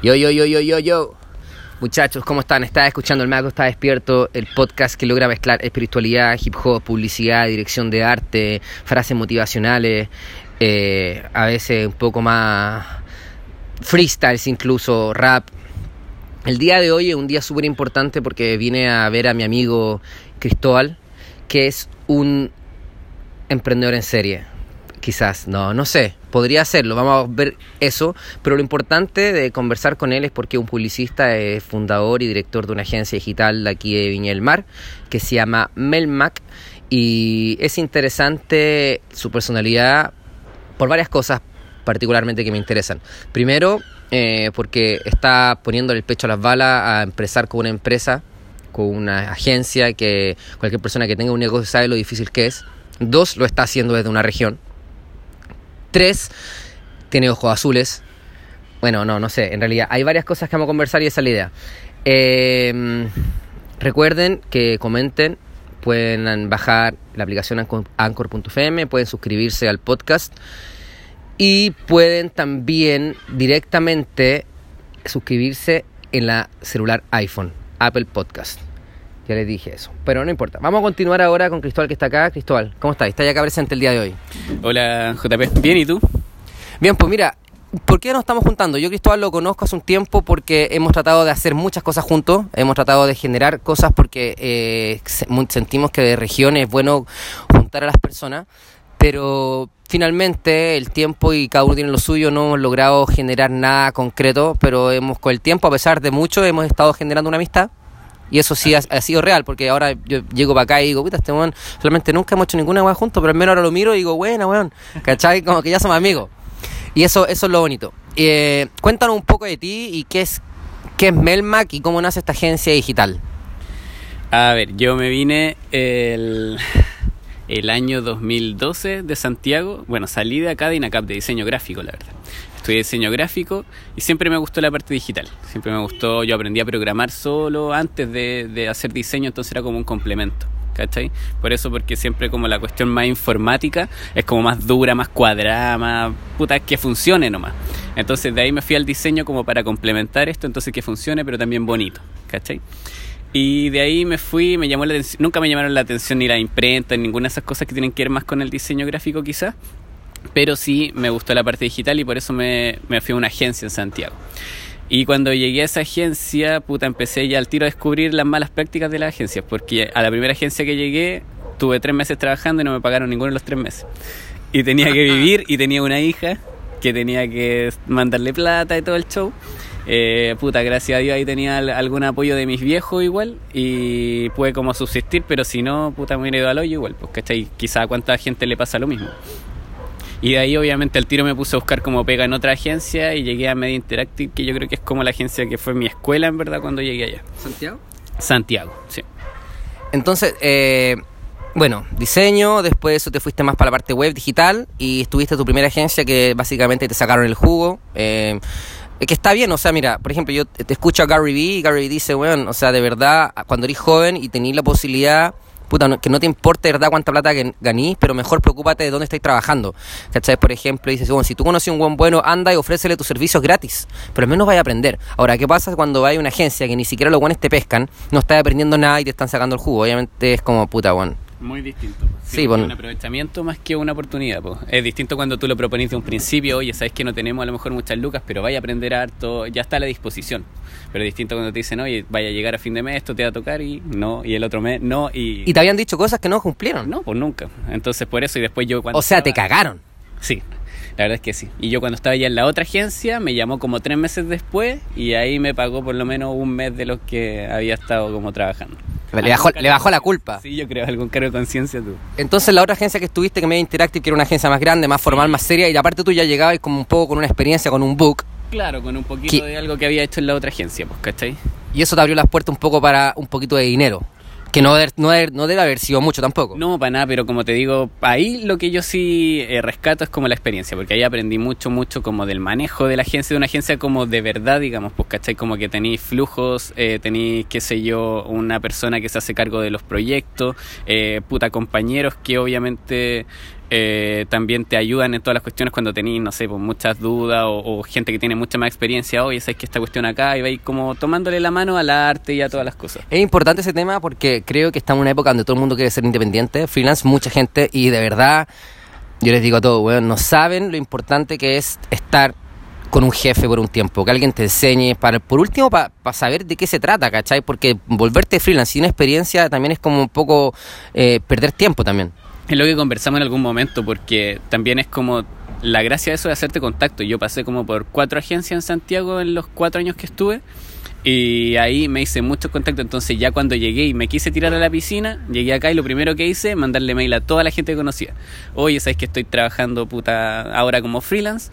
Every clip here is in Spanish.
Yo. Muchachos, ¿cómo están? Estaba escuchando El Mago Está Despierto, el podcast que logra mezclar espiritualidad, hip hop, publicidad, dirección de arte, frases motivacionales, a veces un poco más freestyles, incluso rap. El día de hoy es un día súper importante porque vine a ver a mi amigo Cristóbal, que es un emprendedor en serie. Quizás, no sé, podría hacerlo, vamos a ver eso, pero lo importante de conversar con él es porque un publicista es fundador y director de una agencia digital de aquí de Viña del Mar, que se llama Melmac, y es interesante su personalidad por varias cosas particularmente que me interesan. Primero, porque está poniendo el pecho a las balas a empezar con una empresa, con una agencia que cualquier persona que tenga un negocio sabe lo difícil que es. 2, lo está haciendo desde una región. 3, tiene ojos azules. Bueno, no sé, en realidad hay varias cosas que vamos a conversar y esa es la idea. Recuerden que comenten, pueden bajar la aplicación Anchor.fm, pueden suscribirse al podcast y pueden también directamente suscribirse en la celular iPhone, Apple Podcast. Ya les dije eso, pero no importa. Vamos a continuar ahora con Cristóbal, que está acá. Cristóbal, ¿cómo estás? ¿Estás acá presente el día de hoy? Hola, JP. Bien, ¿y tú? Bien, pues mira, ¿por qué nos estamos juntando? Yo Cristóbal lo conozco hace un tiempo porque hemos tratado de hacer muchas cosas juntos. Hemos tratado de generar cosas porque sentimos que de región es bueno juntar a las personas. Pero finalmente el tiempo y cada uno tiene lo suyo, no hemos logrado generar nada concreto. Pero con el tiempo, a pesar de mucho, hemos estado generando una amistad. Y eso sí ha sido real, porque ahora yo llego para acá y digo, puta, este weón, solamente nunca hemos hecho ninguna weá juntos, pero al menos ahora lo miro y digo, buena weón, ¿cachai? Como que ya somos amigos. Y eso es lo bonito. Cuéntanos un poco de ti y qué es Melmac y cómo nace esta agencia digital. A ver, yo me vine el año 2012 de Santiago. Bueno, salí de acá de INACAP, de diseño gráfico, la verdad. Estudié diseño gráfico y siempre me gustó la parte digital. Siempre me gustó, yo aprendí a programar solo antes de hacer diseño, entonces era como un complemento, ¿cachai? Por eso, porque siempre como la cuestión más informática es como más dura, más cuadrada, más puta, que funcione nomás. Entonces de ahí me fui al diseño como para complementar esto, entonces que funcione pero también bonito, ¿cachai? Y de ahí me fui, me llamó la atención, nunca me llamaron la atención ni la imprenta, ni ninguna de esas cosas que tienen que ver más con el diseño gráfico quizás. Pero sí me gustó la parte digital y por eso me fui a una agencia en Santiago. Y cuando llegué a esa agencia, empecé ya al tiro a descubrir las malas prácticas de las agencias. Porque a la primera agencia que llegué, tuve 3 meses trabajando y no me pagaron ninguno de los 3 meses. Y tenía que vivir y tenía una hija que tenía que mandarle plata y todo el show. Gracias a Dios ahí tenía algún apoyo de mis viejos igual y pude como subsistir, pero si no, me hubiera ido al hoyo igual, pues, ¿cachai? Quizá a cuánta gente le pasa lo mismo. Y de ahí obviamente al tiro me puse a buscar como pega en otra agencia y llegué a Media Interactive, que yo creo que es como la agencia que fue mi escuela en verdad cuando llegué allá. ¿Santiago? Santiago, sí. Entonces, diseño, después de eso te fuiste más para la parte web digital y estuviste en tu primera agencia que básicamente te sacaron el jugo. Que está bien, o sea, mira, por ejemplo, yo te escucho a Gary Vee y Gary Vee dice, bueno, o sea, de verdad, cuando eres joven y tenés la posibilidad, que no te importe de verdad cuánta plata ganís, pero mejor preocúpate de dónde estáis trabajando, ¿cachai? Por ejemplo, dices, bueno, si tú conoces un buen bueno, anda y ofrécele tus servicios gratis, pero al menos vaya a aprender. Ahora, ¿qué pasa cuando vas a una agencia que ni siquiera los buenos te pescan, no estás aprendiendo nada y te están sacando el jugo? Obviamente es como puta, bueno. Muy distinto. Sí, un aprovechamiento más que una oportunidad. Es distinto cuando tú lo propones de un principio, oye, sabes que no tenemos a lo mejor muchas lucas, pero vaya a aprender harto, ya está a la disposición. Pero es distinto cuando te dicen, oye, vaya a llegar a fin de mes, esto te va a tocar y no, y el otro mes no. ¿Y te habían dicho cosas que no cumplieron? No, pues nunca. Entonces por eso, y después yo cuando... O sea, te cagaron. Sí. La verdad es que sí. Y yo cuando estaba ya en la otra agencia, me llamó como 3 meses después y ahí me pagó por lo menos un mes de los que había estado como trabajando. Le bajó la culpa. Sí, yo creo, algún cargo de conciencia tú. Entonces la otra agencia que estuviste, que Media Interactive, que era una agencia más grande, más formal, más seria, y aparte tú ya llegabas como un poco con una experiencia, con un book. Claro, con un poquito de algo que había hecho en la otra agencia, pues, ¿cachai? Y eso te abrió las puertas un poco para un poquito de dinero. Que no debe haber sido mucho tampoco. No, para nada, pero como te digo, ahí lo que yo sí rescato es como la experiencia, porque ahí aprendí mucho como del manejo de la agencia, de una agencia como de verdad, digamos, pues, ¿cachai? Como que tenéis flujos, tenéis, qué sé yo, una persona que se hace cargo de los proyectos, compañeros que obviamente también te ayudan en todas las cuestiones cuando tenés, no sé, pues muchas dudas o gente que tiene mucha más experiencia. Oye, sabes que esta cuestión acá, y vais como tomándole la mano al arte y a todas las cosas. Es importante ese tema porque creo que estamos en una época donde todo el mundo quiere ser independiente, freelance, mucha gente, y de verdad, yo les digo a todos, weón, no saben lo importante que es estar con un jefe por un tiempo, que alguien te enseñe, por último, para saber de qué se trata, ¿cachai? Porque volverte freelance sin experiencia también es como un poco perder tiempo también. Es lo que conversamos en algún momento, porque también es como la gracia de eso de hacerte contacto. Yo pasé como por 4 agencias en Santiago en los 4 años que estuve, y ahí me hice muchos contactos. Entonces ya cuando llegué y me quise tirar a la piscina, llegué acá y lo primero que hice, mandarle mail a toda la gente que conocía. Oye, ¿sabes que estoy trabajando ahora como freelance?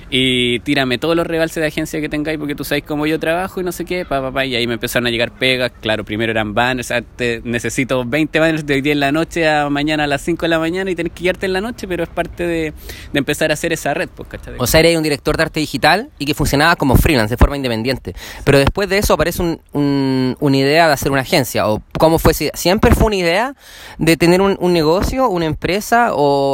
Y tírame todos los rebalses de agencia que tengáis porque tú sabes cómo yo trabajo y no sé qué, y ahí me empezaron a llegar pegas. Claro, primero eran banners, necesito 20 banners de hoy día en la noche a mañana a las 5 de la mañana y tenés que guiarte en la noche, pero es parte de empezar a hacer esa red, pues, ¿cachai? O sea, eres un director de arte digital y que funcionaba como freelance, de forma independiente, pero después de eso aparece una idea de hacer una agencia. ¿O cómo fue? ¿Siempre fue una idea de tener un negocio, una empresa,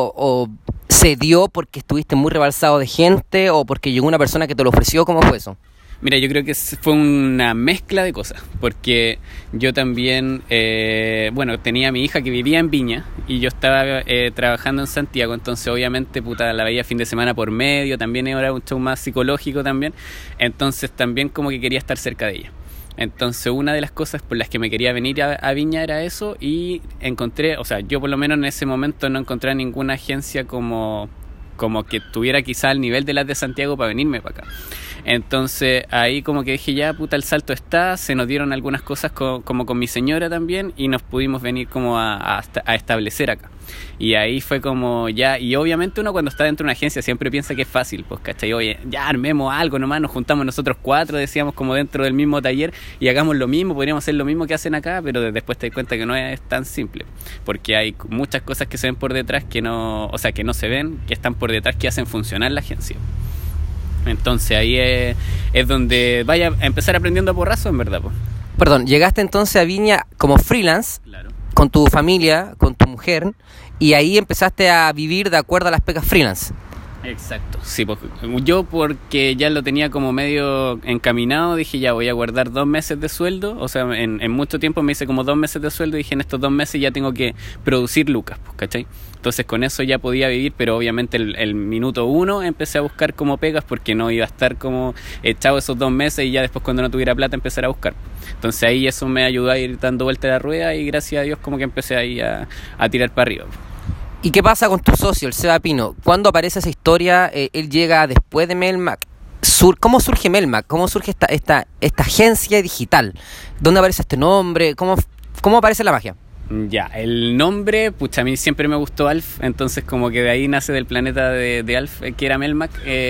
o se dio porque estuviste muy rebalsado de gente o porque llegó una persona que te lo ofreció? ¿Cómo fue eso? Mira, yo creo que fue una mezcla de cosas, porque yo también, tenía a mi hija que vivía en Viña y yo estaba trabajando en Santiago, entonces obviamente la veía fin de semana por medio, también era un show más psicológico también, entonces también como que quería estar cerca de ella. Entonces una de las cosas por las que me quería venir a Viña era eso, y encontré, o sea, yo por lo menos en ese momento no encontré ninguna agencia como que tuviera quizá el nivel de las de Santiago para venirme para acá. Entonces ahí como que dije ya, el salto está, se nos dieron algunas cosas como con mi señora también y nos pudimos venir como a establecer acá. Y ahí fue como ya, y obviamente uno cuando está dentro de una agencia siempre piensa que es fácil, pues, ¿cachai? Oye, ya armemos algo nomás, nos juntamos nosotros 4, decíamos, como dentro del mismo taller y hagamos lo mismo, podríamos hacer lo mismo que hacen acá, pero después te das cuenta que no es tan simple, porque hay muchas cosas que se ven por detrás que no se ven, que están por detrás, que hacen funcionar la agencia. Entonces ahí es donde vaya a empezar aprendiendo a porrazo, en verdad, pues. Perdón, llegaste entonces a Viña como freelance, claro, con tu familia, con tu mujer, y ahí empezaste a vivir de acuerdo a las pegas freelance. Exacto, sí, yo porque ya lo tenía como medio encaminado, dije ya voy a guardar 2 meses de sueldo, o sea, en mucho tiempo me hice como 2 meses de sueldo y dije en estos 2 meses ya tengo que producir lucas, pues, ¿cachai? Entonces con eso ya podía vivir, pero obviamente el minuto 1 empecé a buscar como pegas porque no iba a estar como echado esos 2 meses y ya después cuando no tuviera plata empezar a buscar. Entonces ahí eso me ayudó a ir dando vuelta a la rueda y gracias a Dios como que empecé ahí a tirar para arriba. ¿Y qué pasa con tu socio, el Seba Pino? ¿Cuándo aparece esa historia? Él llega después de Melmac. ¿Cómo surge Melmac? ¿Cómo surge esta agencia digital? ¿Dónde aparece este nombre? ¿Cómo aparece la magia? Ya, el nombre, a mí siempre me gustó Alf, entonces como que de ahí nace del planeta de Alf, que era Melmac.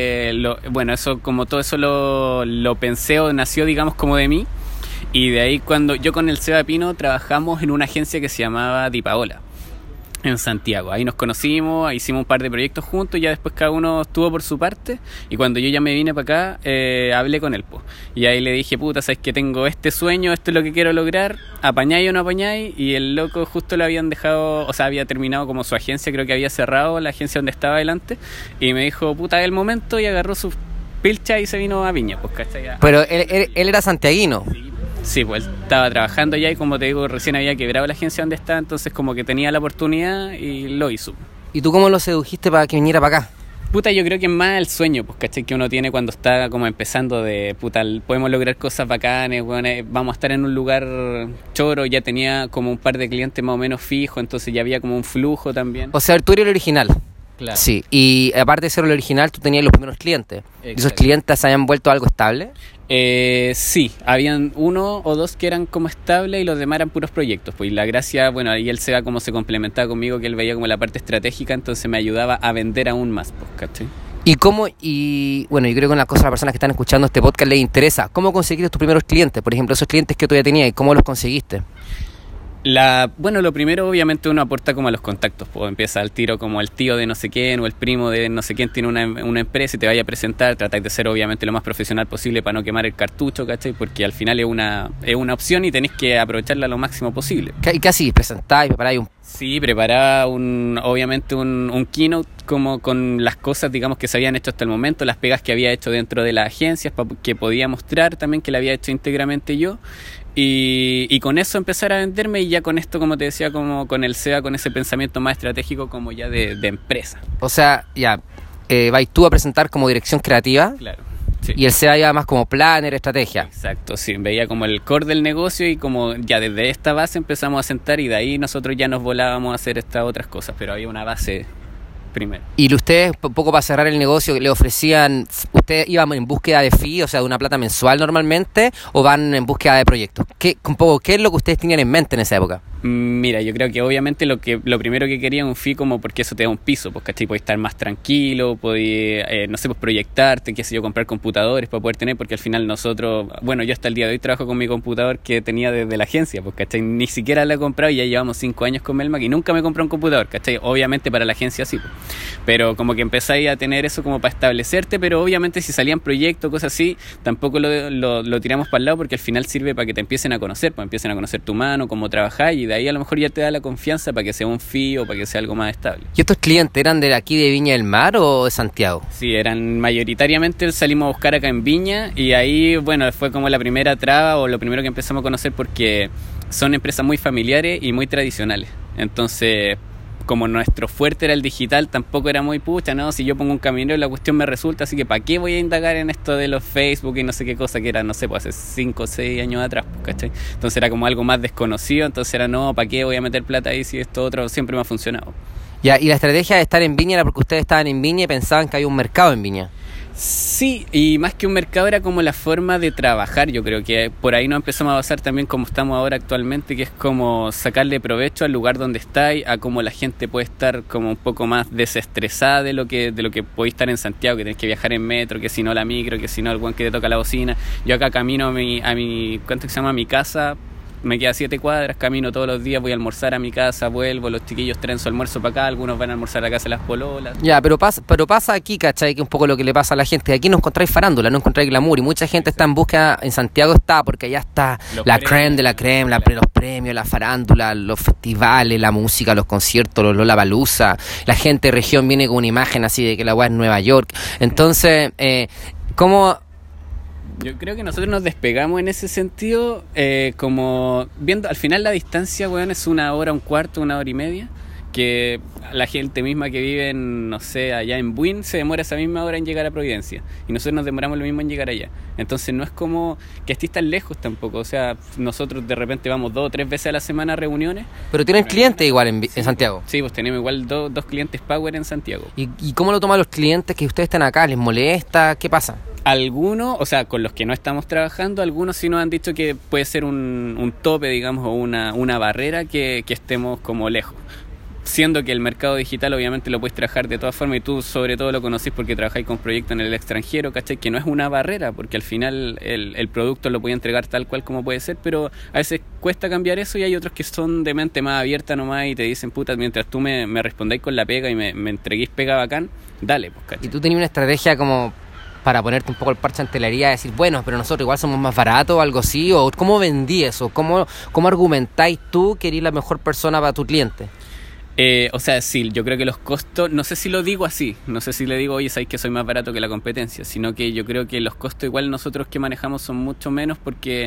Eso, como todo eso lo pensé o nació, digamos, como de mí. Y de ahí cuando yo con el Seba Pino trabajamos en una agencia que se llamaba Di Paola, en Santiago. Ahí nos conocimos, hicimos un par de proyectos juntos, ya después cada uno estuvo por su parte, y cuando yo ya me vine para acá, hablé con él, y ahí le dije, sabes que tengo este sueño, esto es lo que quiero lograr, apañáis o no apañáis, y el loco justo lo habían dejado, había terminado como su agencia, creo que había cerrado la agencia donde estaba adelante, y me dijo, es el momento, y agarró su pilcha y se vino a Viña, ¿cachai? Pero él era santiaguino. Sí, pues estaba trabajando allá y como te digo, recién había quebrado la agencia donde estaba, entonces como que tenía la oportunidad y lo hizo. ¿Y tú cómo lo sedujiste para que viniera para acá? Yo creo que es más el sueño, ¿cachai? Que uno tiene cuando está como empezando de, podemos lograr cosas bacanes, vamos a estar en un lugar choro, ya tenía como un par de clientes más o menos fijos, entonces ya había como un flujo también. O sea, tú eres el original. Claro. Sí, y aparte de ser el original, tú tenías los primeros clientes. Exacto. ¿Esos clientes se habían vuelto algo estable? Sí, habían 1 o 2 que eran como estables y los demás eran puros proyectos. Pues y la gracia, ahí él como se complementaba conmigo, que él veía como la parte estratégica, entonces me ayudaba a vender aún más, ¿cachai? Yo creo que una cosa a las personas que están escuchando este podcast les interesa. ¿Cómo conseguiste tus primeros clientes? Por ejemplo, esos clientes que tú ya tenías, ¿y cómo los conseguiste? Lo primero obviamente uno aporta como a los contactos, empieza al tiro como el tío de no sé quién o el primo de no sé quién tiene una empresa y te vaya a presentar, tratáis de ser obviamente lo más profesional posible para no quemar el cartucho, ¿cachai? Porque al final es una opción y tenés que aprovecharla lo máximo posible. ¿Y qué así? ¿Presentáis, preparáis Sí, preparaba obviamente un keynote como con las cosas, digamos, que se habían hecho hasta el momento, las pegas que había hecho dentro de las agencias, que podía mostrar también que la había hecho íntegramente yo. Y con eso empezar a venderme, y ya con esto, como te decía, como con el SEA, con ese pensamiento más estratégico como ya de empresa. O sea, ya, vais tú a presentar como dirección creativa. Claro. Sí. Y el SEA ya más como planner, estrategia. Exacto, sí, veía como el core del negocio, y como ya desde esta base empezamos a sentar, y de ahí nosotros ya nos volábamos a hacer estas otras cosas, pero había una base primero. Y ustedes, un poco para cerrar el negocio, le ofrecían, ¿ustedes iban en búsqueda de fee, o sea, de una plata mensual normalmente, o van en búsqueda de proyectos? ¿Qué es lo que ustedes tenían en mente en esa época? Mira, yo creo que obviamente lo primero que quería un fee, como porque eso te da un piso, pues, ¿cachai? Podés estar más tranquilo, podés, no sé, pues proyectarte, qué sé yo, comprar computadores para poder tener, porque al final nosotros, bueno, yo hasta el día de hoy trabajo con mi computador que tenía desde la agencia, pues, ¿cachai? Ni siquiera lo he comprado, y ya llevamos 5 años con Melmac y nunca me compré un computador, ¿cachai? Obviamente para la agencia sí, pues. Pero como que empezáis a tener eso como para establecerte, pero obviamente si salían proyectos, cosas así, tampoco lo tiramos para el lado, porque al final sirve para que te empiecen a conocer, pues empiecen a conocer tu mano, cómo trabajar, y de ahí a lo mejor ya te da la confianza para que sea un fee o para que sea algo más estable. ¿Y estos clientes eran de aquí de Viña del Mar o de Santiago? Sí, eran mayoritariamente, salimos a buscar acá en Viña, y ahí, bueno, fue como la primera traba o lo primero que empezamos a conocer, porque son empresas muy familiares y muy tradicionales. Entonces, como nuestro fuerte era el digital, tampoco era muy pucha, ¿no? Si yo pongo un camionero, la cuestión me resulta, así que ¿para qué voy a indagar en esto de los Facebook y no sé qué cosa, que era, no sé, pues hace 5 o 6 años atrás, ¿cachai? Entonces era como algo más desconocido, entonces era, no, ¿para qué voy a meter plata ahí si esto otro siempre me ha funcionado? Ya, y la estrategia de estar en Viña era porque ustedes estaban en Viña y pensaban que había un mercado en Viña. Sí, y más que un mercado era como la forma de trabajar. Yo creo que por ahí nos empezamos a basar también como estamos ahora actualmente, que es como sacarle provecho al lugar donde estáis, a cómo la gente puede estar como un poco más desestresada de lo que podéis estar en Santiago, que tenés que viajar en metro, que si no la micro, que si no el buen que te toca la bocina. Yo acá camino a mi ¿cuánto se llama? A mi casa. Me queda 7 cuadras, camino todos los días, voy a almorzar a mi casa, vuelvo, los chiquillos traen su almuerzo para acá, algunos van a almorzar a casa de las pololas. Ya, pero pasa aquí, ¿cachai? Que un poco lo que le pasa a la gente. Aquí no encontráis farándula, no encontráis glamour, y mucha gente está en búsqueda, en Santiago está, porque allá está la crème de la crème, los premios, la farándula, los festivales, la música, los conciertos, los Lollapalooza. La gente de región viene con una imagen así de que la weá es Nueva York. Entonces, ¿cómo...? Yo creo que nosotros nos despegamos en ese sentido, como viendo, al final la distancia, weón, es 1 hora, 1/4, 1 hora y media, que la gente misma que vive en, no sé, allá en Buin, se demora esa misma hora en llegar a Providencia, y nosotros nos demoramos lo mismo en llegar allá. Entonces no es como que estés tan lejos tampoco, o sea, nosotros de repente vamos 2 o 3 veces a la semana a reuniones. Pero tienen clientes igual en Santiago. Sí, pues tenemos igual dos clientes Power en Santiago. ¿Y cómo lo toman los clientes que ustedes están acá? ¿Les molesta? ¿Qué pasa? Algunos, o sea, con los que no estamos trabajando, algunos sí nos han dicho que puede ser un tope, digamos, o una barrera que estemos como lejos. Siendo que el mercado digital obviamente lo puedes trabajar de todas formas, y tú sobre todo lo conocís porque trabajáis con proyectos en el extranjero, ¿cachai? Que no es una barrera, porque al final el producto lo puede entregar tal cual como puede ser, pero a veces cuesta cambiar eso, y hay otros que son de mente más abierta nomás y te dicen, puta, mientras tú me respondáis con la pega y me entreguéis pega bacán, dale, pues, ¿cachai? ¿Y tú tenías una estrategia como para ponerte un poco el parche ante la herida y decir, bueno, pero nosotros igual somos más baratos o algo así? ¿O cómo vendí eso? ¿Cómo argumentáis tú que eres la mejor persona para tu cliente? O sea, sí, yo creo que los costos, no sé si lo digo así, no sé si le digo, oye, sabéis que soy más barato que la competencia, sino que yo creo que los costos igual nosotros que manejamos son mucho menos, porque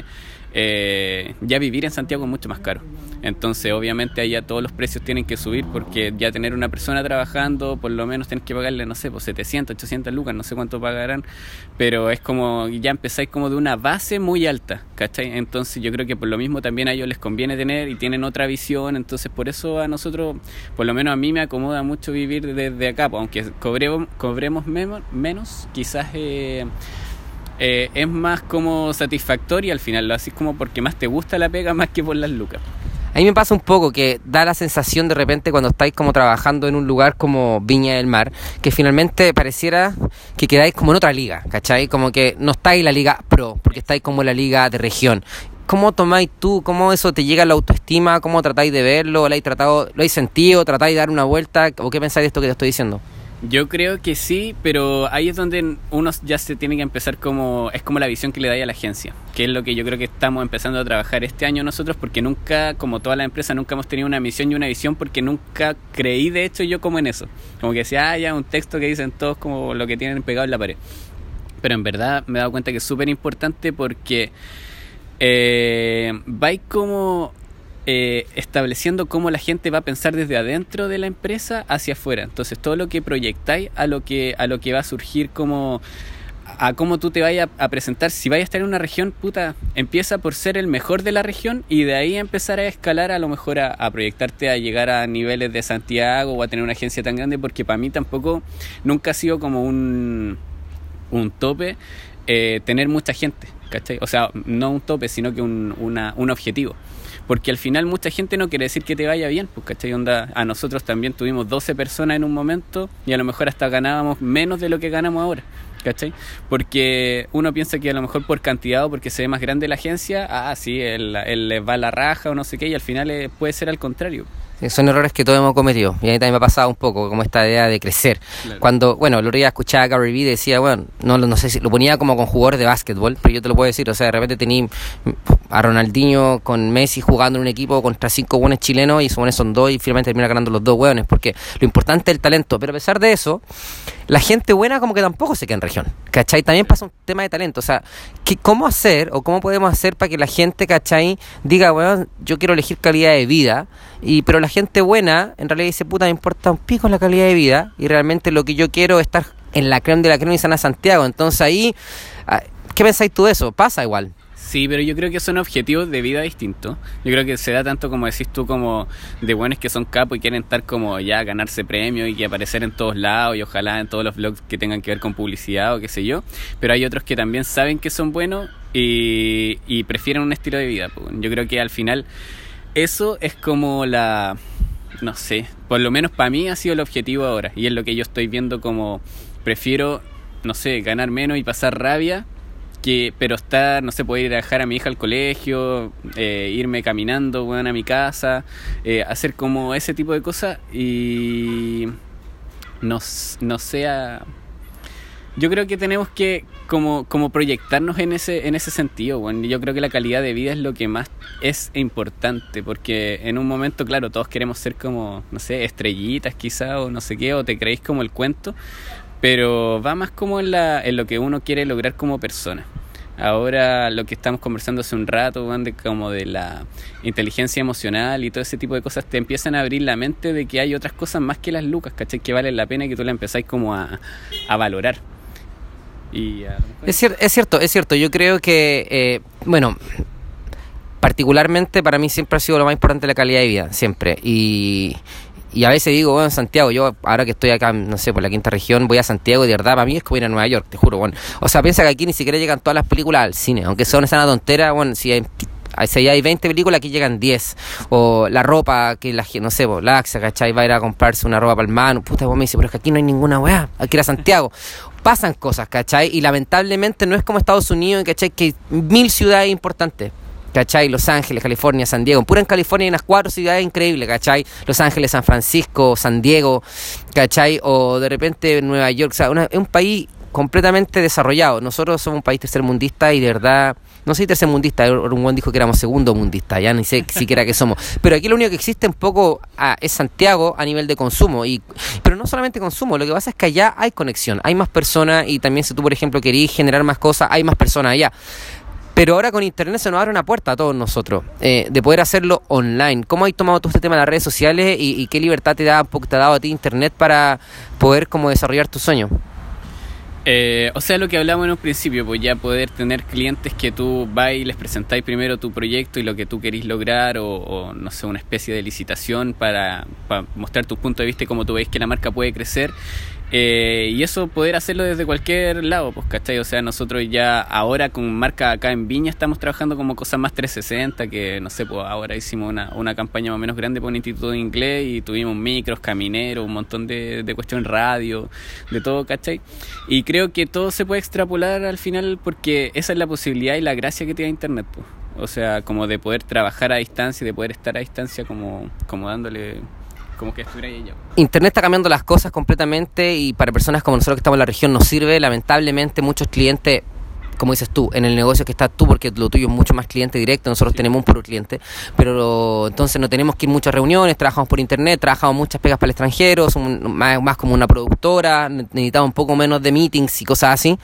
ya vivir en Santiago es mucho más caro. Entonces obviamente allá todos los precios tienen que subir, porque ya tener una persona trabajando, por lo menos tenés que pagarle, no sé, pues 700, 800 lucas, no sé cuánto pagarán, pero es como, ya empezáis como de una base muy alta, ¿cachai? Entonces yo creo que por lo mismo también a ellos les conviene tener, y tienen otra visión, entonces por eso a nosotros, por lo menos a mí me acomoda mucho vivir desde acá, pues, aunque cobremos menos, quizás es más como satisfactorio al final, lo haces como porque más te gusta la pega más que por las lucas. A mí me pasa un poco que da la sensación de repente cuando estáis como trabajando en un lugar como Viña del Mar, que finalmente pareciera que quedáis como en otra liga, ¿cachai? Como que no estáis en la liga pro, porque estáis como en la liga de región. ¿Cómo tomáis tú? ¿Cómo eso te llega a la autoestima? ¿Cómo tratáis de verlo? ¿Lo habéis sentido? ¿Tratáis de dar una vuelta? ¿O qué pensáis de esto que te estoy diciendo? Yo creo que sí, pero ahí es donde uno ya se tiene que empezar como... Es como la visión que le da a la agencia, que es lo que yo creo que estamos empezando a trabajar este año nosotros, porque nunca, como toda la empresa, nunca hemos tenido una misión y una visión, porque nunca creí, de hecho, yo como en eso. Como que decía, ya un texto que dicen todos como lo que tienen pegado en la pared. Pero en verdad me he dado cuenta que es súper importante porque vais como... estableciendo cómo la gente va a pensar desde adentro de la empresa hacia afuera. Entonces todo lo que proyectáis a lo que va a surgir, como a cómo tú te vayas a presentar. Si vayas a estar en una región, puta, empieza por ser el mejor de la región y de ahí empezar a escalar, a lo mejor a proyectarte a llegar a niveles de Santiago o a tener una agencia tan grande, porque para mí tampoco nunca ha sido como un tope tener mucha gente, ¿cachai? O sea, no un tope, sino que un objetivo. Porque al final mucha gente no quiere decir que te vaya bien, pues, ¿cachai? Onda, a nosotros también tuvimos 12 personas en un momento y a lo mejor hasta ganábamos menos de lo que ganamos ahora, ¿cachai? Porque uno piensa que a lo mejor por cantidad o porque se ve más grande la agencia, sí, él les va la raja o no sé qué, y al final puede ser al contrario. Sí, son errores que todos hemos cometido. Y a mí también me ha pasado un poco como esta idea de crecer. Claro. Cuando, bueno, el otro día escuchaba a Gary Vee, decía, bueno, no sé si lo ponía como con jugadores de básquetbol, pero yo te lo puedo decir, o sea, de repente tenía a Ronaldinho con Messi jugando en un equipo contra 5 buenos chilenos y son 2 y finalmente termina ganando los 2 hueones, porque lo importante es el talento. Pero a pesar de eso, la gente buena como que tampoco se queda en región, ¿cachai? También pasa un tema de talento, o sea, ¿cómo hacer o cómo podemos hacer para que la gente, ¿cachai? Diga, bueno, yo quiero elegir calidad de vida, pero la gente buena en realidad dice, puta, me importa un pico la calidad de vida y realmente lo que yo quiero es estar en la crema de la crema y sana Santiago. Entonces ahí, ¿qué pensáis tú de eso? Pasa igual. Sí, pero yo creo que son objetivos de vida distintos. Yo creo que se da tanto, como decís tú, como de buenos que son capos y quieren estar como ya ganarse premios y que aparecer en todos lados y ojalá en todos los vlogs que tengan que ver con publicidad o qué sé yo. Pero hay otros que también saben que son buenos y prefieren un estilo de vida. Yo creo que al final eso es como no sé, por lo menos para mí ha sido el objetivo ahora y es lo que yo estoy viendo, como prefiero, no sé, ganar menos y pasar rabia, pero estar, no sé, poder ir a dejar a mi hija al colegio, irme caminando, bueno, a mi casa, hacer como ese tipo de cosas y no sea... Yo creo que tenemos que como proyectarnos en ese sentido, bueno. Yo creo que la calidad de vida es lo que más es importante, porque en un momento, claro, todos queremos ser como, no sé, estrellitas quizá, o no sé qué, o te creéis como el cuento, pero va más como en lo que uno quiere lograr como persona. Ahora lo que estamos conversando hace un rato, como de la inteligencia emocional y todo ese tipo de cosas, te empiezan a abrir la mente de que hay otras cosas más que las lucas, ¿cachai? Que valen la pena y que tú la empezáis como a valorar. Es cierto. Yo creo que, particularmente para mí siempre ha sido lo más importante la calidad de vida, siempre. Y a veces digo, bueno, Santiago, yo ahora que estoy acá, no sé, por la quinta región, voy a Santiago y de verdad para mí es como ir a Nueva York, te juro, bueno. O sea, piensa que aquí ni siquiera llegan todas las películas al cine, aunque son esa tontera, bueno, si hay 20 películas, aquí llegan 10. O la ropa, que no sé, la AXA, ¿cachai? Va a ir a comprarse una ropa para el mano. Puta, vos me dices, pero es que aquí no hay ninguna weá, aquí era Santiago. Pasan cosas, ¿cachai? Y lamentablemente no es como Estados Unidos, ¿cachai? Que hay 1000 ciudades importantes, ¿cachai? Los Ángeles, California, San Diego. Pura en California hay unas 4 ciudades increíbles, ¿cachai? Los Ángeles, San Francisco, San Diego, ¿cachai? O de repente Nueva York. O sea, es un país completamente desarrollado. Nosotros somos un país tercermundista y de verdad... No soy tercermundista, un buen dijo que éramos segundo mundista, ya ni sé siquiera qué somos. Pero aquí lo único que existe un poco es Santiago a nivel de consumo. Pero no solamente consumo, lo que pasa es que allá hay conexión, hay más personas y también si tú, por ejemplo, querís generar más cosas, hay más personas allá. Pero ahora con internet se nos abre una puerta a todos nosotros, de poder hacerlo online. ¿Cómo has tomado todo este tema de las redes sociales y qué libertad te ha dado a ti internet para poder como desarrollar tu sueño? O sea, lo que hablamos en un principio, pues ya poder tener clientes que tú vas y les presentáis primero tu proyecto y lo que tú querís lograr, o no sé, una especie de licitación para mostrar tu punto de vista y cómo tú veis que la marca puede crecer. Y eso poder hacerlo desde cualquier lado, pues, ¿cachai? O sea, nosotros ya ahora con marca acá en Viña estamos trabajando como cosas más 360, que no sé, pues ahora hicimos una campaña más o menos grande por un instituto de inglés y tuvimos micros, camineros, un montón de cuestiones, radio, de todo, ¿cachai? Y creo que todo se puede extrapolar al final porque esa es la posibilidad y la gracia que tiene internet, pues. O sea, como de poder trabajar a distancia, de poder estar a distancia como dándole como que estuviera ahí ya. Internet está cambiando las cosas completamente y para personas como nosotros que estamos en la región nos sirve. Lamentablemente muchos clientes, como dices tú, en el negocio que estás tú, porque lo tuyo es mucho más cliente directo, nosotros tenemos un puro cliente, pero entonces no tenemos que ir a muchas reuniones, trabajamos por internet, trabajamos muchas pegas para el extranjero, somos más como una productora, necesitamos un poco menos de meetings y cosas así.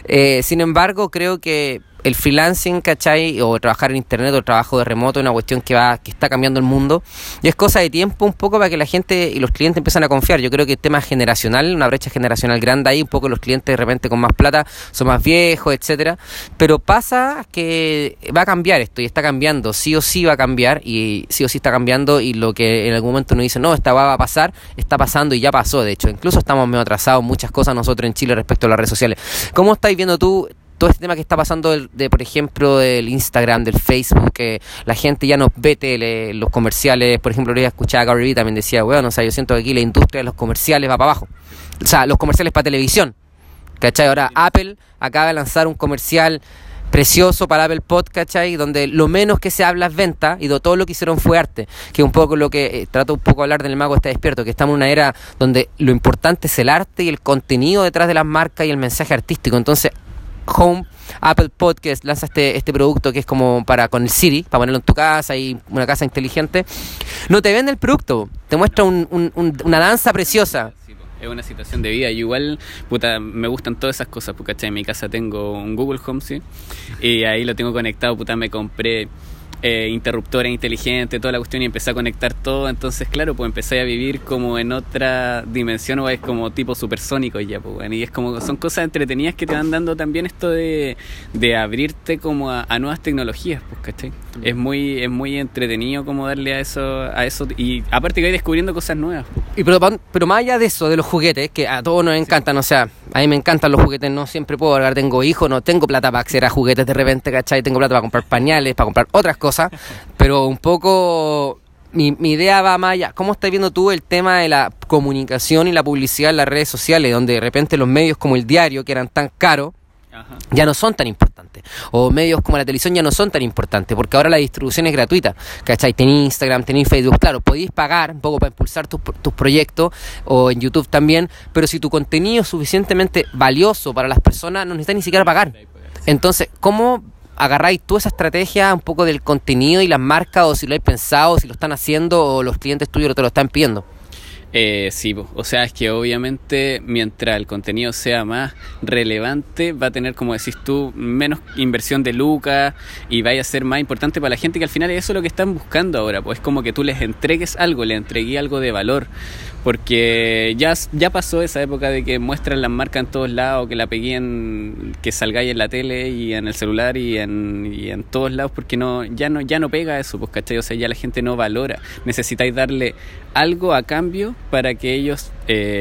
Sin embargo, creo que el freelancing, ¿cachai? O trabajar en internet o el trabajo de remoto es una cuestión que está cambiando el mundo y es cosa de tiempo un poco para que la gente y los clientes empiezan a confiar. Yo creo que el tema generacional, una brecha generacional grande ahí, un poco los clientes de repente con más plata son más viejos, etcétera, pero pasa que va a cambiar esto y está cambiando, sí o sí va a cambiar y sí o sí está cambiando y lo que en algún momento uno dice, no, esta va a pasar, está pasando y ya pasó, de hecho, incluso estamos medio atrasados muchas cosas nosotros en Chile respecto a las redes sociales. ¿Cómo estáis viendo tú todo este tema que está pasando por ejemplo, del Instagram, del Facebook, que la gente ya no ve tele, los comerciales? Por ejemplo, yo escuchaba a Gary Vee también decía, bueno, o sea, yo siento que aquí la industria de los comerciales va para abajo. O sea, los comerciales para televisión, ¿cachai? Ahora Apple acaba de lanzar un comercial precioso para Apple Podcast, ¿cachai? Donde lo menos que se habla es venta y todo lo que hicieron fue arte, que es un poco lo que trato un poco de hablar del Mago Está Despierto, que estamos en una era donde lo importante es el arte y el contenido detrás de las marcas y el mensaje artístico. Entonces Home, Apple Podcast lanza este producto que es como con el Siri, para ponerlo en tu casa y una casa inteligente. No te vende el producto, te muestra una danza preciosa. Es una situación de vida. Yo igual, puta, me gustan todas esas cosas, porque en mi casa tengo un Google Home, sí, y ahí lo tengo conectado, puta, me compré interruptores inteligentes, toda la cuestión, y empecé a conectar todo. Entonces, claro, pues empecé a vivir como en otra dimensión, o es como tipo supersónico ya, pues, bueno, y es como, son cosas entretenidas que te van dando también esto de abrirte como a nuevas tecnologías, pues, ¿cachai? Es muy entretenido como darle a eso, y aparte que vais descubriendo cosas nuevas, pues. Y pero más allá de eso, de los juguetes, que a todos nos encantan, o sea, a mí me encantan los juguetes, no siempre puedo, ahora tengo hijos, no tengo plata para acceder a juguetes de repente, ¿cachai? Tengo plata para comprar pañales, para comprar otras cosas, pero un poco mi idea va más allá. ¿Cómo estás viendo tú el tema de la comunicación y la publicidad en las redes sociales, donde de repente los medios como el diario, que eran tan caros, ya no son tan importantes, o medios como la televisión ya no son tan importantes, porque ahora la distribución es gratuita, ¿cachai? Tenés Instagram, tenés Facebook, claro, podéis pagar un poco para impulsar tus proyectos, o en YouTube también, pero si tu contenido es suficientemente valioso para las personas, no necesitas ni siquiera pagar. Entonces, ¿cómo agarráis tú esa estrategia un poco del contenido y las marcas, o si lo habéis pensado, si lo están haciendo, o los clientes tuyos te lo están pidiendo? Sí, o sea, es que obviamente mientras el contenido sea más relevante, va a tener, como decís tú, menos inversión de lucas y vaya a ser más importante para la gente, que al final eso es lo que están buscando ahora, pues como que tú les entregues algo, les entregué algo de valor, porque ya pasó esa época de que muestran las marcas en todos lados, que la pegué que salgáis en la tele y en el celular y en todos lados, porque ya no pega eso, pues, ¿cachai? O sea, ya la gente no valora, necesitáis darle algo a cambio para que ellos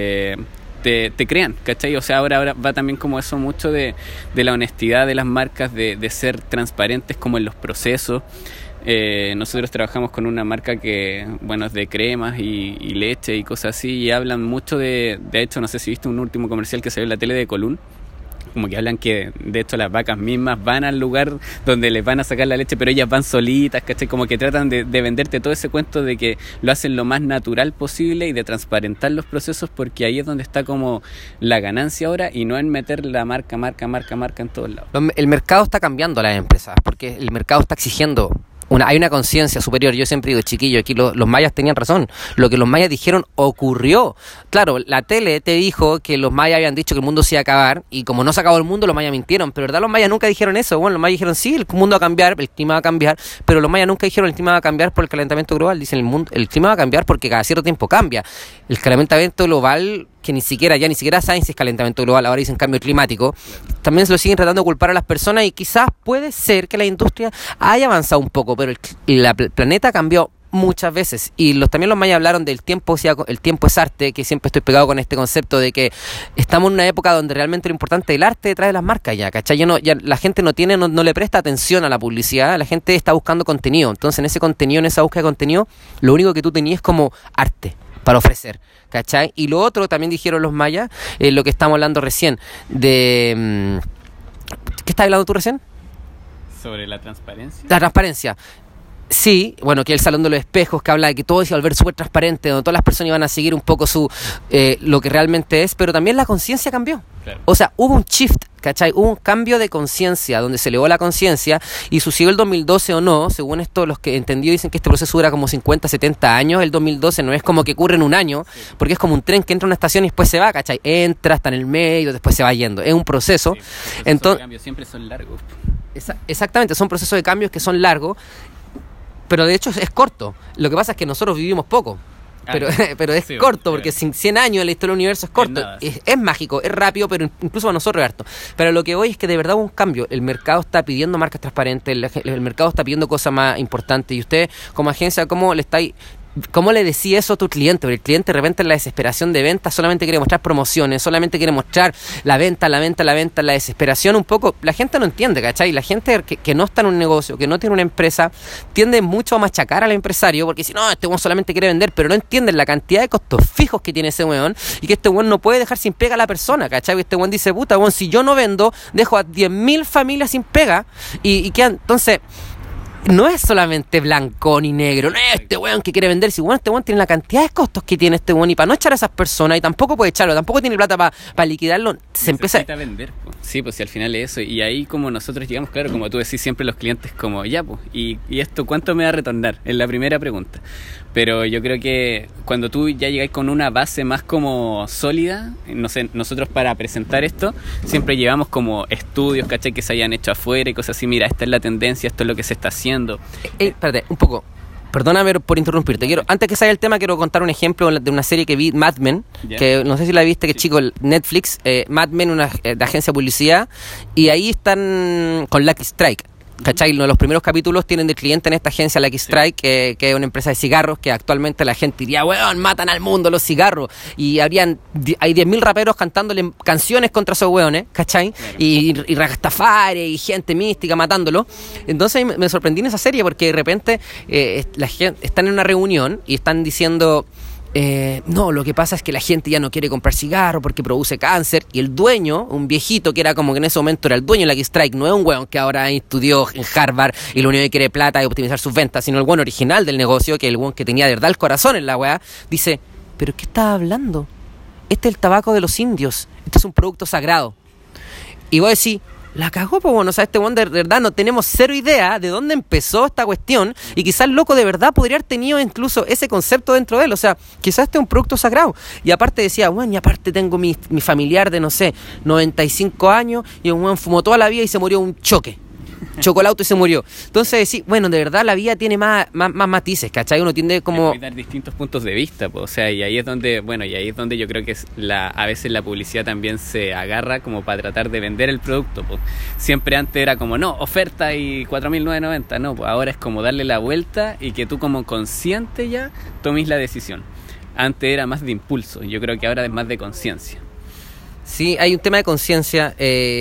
te crean, ¿cachai? O sea, ahora va también como eso mucho de la honestidad de las marcas, de ser transparentes como en los procesos. Nosotros trabajamos con una marca que, bueno, es de cremas y leche y cosas así, y hablan mucho de hecho, no sé si viste un último comercial que salió en la tele de Colún, como que hablan que de hecho las vacas mismas van al lugar donde les van a sacar la leche, pero ellas van solitas, ¿cachai? Como que tratan de venderte todo ese cuento de que lo hacen lo más natural posible y de transparentar los procesos, porque ahí es donde está como la ganancia ahora, y no en meter la marca en todos lados. El mercado está cambiando a las empresas, porque el mercado está exigiendo hay una conciencia superior. Yo siempre digo, chiquillo, aquí los mayas tenían razón. Lo que los mayas dijeron ocurrió. Claro, la tele te dijo que los mayas habían dicho que el mundo se iba a acabar, y como no se acabó el mundo, los mayas mintieron. Pero verdad, los mayas nunca dijeron eso. Bueno, los mayas dijeron, sí, el mundo va a cambiar, el clima va a cambiar, pero los mayas nunca dijeron el clima va a cambiar por el calentamiento global. Dicen, el clima va a cambiar porque cada cierto tiempo cambia. El calentamiento global, que ni siquiera saben si es calentamiento global, ahora dicen cambio climático, también se lo siguen tratando de culpar a las personas, y quizás puede ser que la industria haya avanzado un poco, pero el planeta cambió muchas veces, y también los mayas hablaron del tiempo, o sea, el tiempo es arte, que siempre estoy pegado con este concepto de que estamos en una época donde realmente lo importante es el arte detrás de las marcas, ya, ¿cachai? Ya la gente no le presta atención a la publicidad, la gente está buscando contenido, entonces en ese contenido, en esa búsqueda de contenido, lo único que tú tenías es como arte para ofrecer, ¿cachai? Y lo otro también dijeron los mayas, lo que estamos hablando recién, de... ¿Qué estás hablando tú recién? Sobre la transparencia. La transparencia. Sí, bueno, que el Salón de los Espejos, que habla de que todo se iba a volver súper transparente, donde todas las personas iban a seguir un poco lo que realmente es, pero también la conciencia cambió. Claro. O sea, hubo un shift, ¿cachai? Hubo un cambio de conciencia, donde se elevó la conciencia, y sucedió el 2012 o no, según esto, los que entendió dicen que este proceso dura como 50, 70 años, el 2012 no es como que ocurre en un año, porque es como un tren que entra a una estación y después se va, ¿cachai? Entra, está en el medio, después se va yendo, es un proceso. Sí, los Entonces, de cambio siempre son largos. exactamente, son procesos de cambios que son largos, pero de hecho es corto. Lo que pasa es que nosotros vivimos poco. Pero es corto, porque 100 años en la historia del universo es corto. Es mágico, es rápido, pero incluso para nosotros es harto. Pero lo que voy es que de verdad hubo un cambio. El mercado está pidiendo marcas transparentes, el mercado está pidiendo cosas más importantes. Y usted, como agencia, ¿cómo le decía eso a tu cliente? Porque el cliente de repente en la desesperación de venta solamente quiere mostrar promociones, solamente quiere mostrar la venta, la desesperación un poco. La gente no entiende, ¿cachai? La gente que no está en un negocio, que no tiene una empresa, tiende mucho a machacar al empresario porque si no, este weón solamente quiere vender, pero no entienden la cantidad de costos fijos que tiene ese weón y que este weón no puede dejar sin pega a la persona, ¿cachai? Y este weón dice, puta, weón, si yo no vendo, dejo a 10.000 familias sin pega y quedan, entonces... No es solamente blanco ni negro, no es este weón que quiere vender, si weón, este weón tiene la cantidad de costos que tiene este weón y para no echar a esas personas y tampoco puede echarlo, tampoco tiene plata para liquidarlo, se empieza a vender. Pues. Sí, pues si al final es eso, y ahí como nosotros llegamos, claro, como tú decís siempre los clientes como, ya pues, y esto ¿cuánto me va a retornar? Es la primera pregunta. Pero yo creo que cuando tú ya llegáis con una base más como sólida, no sé, nosotros para presentar esto siempre llevamos como estudios, ¿cachai? Que se hayan hecho afuera y cosas así, mira, esta es la tendencia, esto es lo que se está haciendo. Espérate, un poco, perdóname por interrumpirte, antes que salga el tema quiero contar un ejemplo de una serie que vi, Mad Men, que no sé si la viste, que chico, Netflix, Mad Men, una de agencia de publicidad, y ahí están con Lucky Strike. ¿Cachai? Uno de los primeros capítulos tienen de cliente en esta agencia Lucky Strike, que es una empresa de cigarros, que actualmente la gente diría, weón, matan al mundo los cigarros. Y hay 10.000 raperos cantándole canciones contra esos weones, ¿cachai? Claro. Y Rastafari y gente mística matándolo. Entonces me sorprendí en esa serie porque de repente la gente están en una reunión y están diciendo... no, lo que pasa es que la gente ya no quiere comprar cigarro porque produce cáncer, y el dueño, un viejito que era como que en ese momento era el dueño de Lucky Strike, no es un weón que ahora estudió en Harvard y lo único que quiere plata y optimizar sus ventas, sino el weón original del negocio, que el weón que tenía de verdad el corazón en la weá, dice, ¿pero qué estás hablando? Este es el tabaco de los indios, este es un producto sagrado. Y vos decís, la cagó, pues bueno, o sea, este weón de verdad no tenemos cero idea de dónde empezó esta cuestión, y quizás el loco de verdad podría haber tenido incluso ese concepto dentro de él, o sea, quizás este es un producto sagrado, y aparte decía, bueno, y aparte tengo mi familiar de, no sé, 95 años, y un weón fumó toda la vida y se murió un choque. Chocó el auto y se murió. Entonces, sí, bueno, de verdad la vida tiene más matices, ¿cachai? Uno tiende como... dar distintos puntos de vista, pues, o sea, y ahí es donde, bueno, yo creo que a veces la publicidad también se agarra como para tratar de vender el producto, pues. Siempre antes era como, no, oferta y 4.990, no, pues ahora es como darle la vuelta y que tú como consciente ya tomes la decisión. Antes era más de impulso, yo creo que ahora es más de conciencia. Sí, hay un tema de conciencia,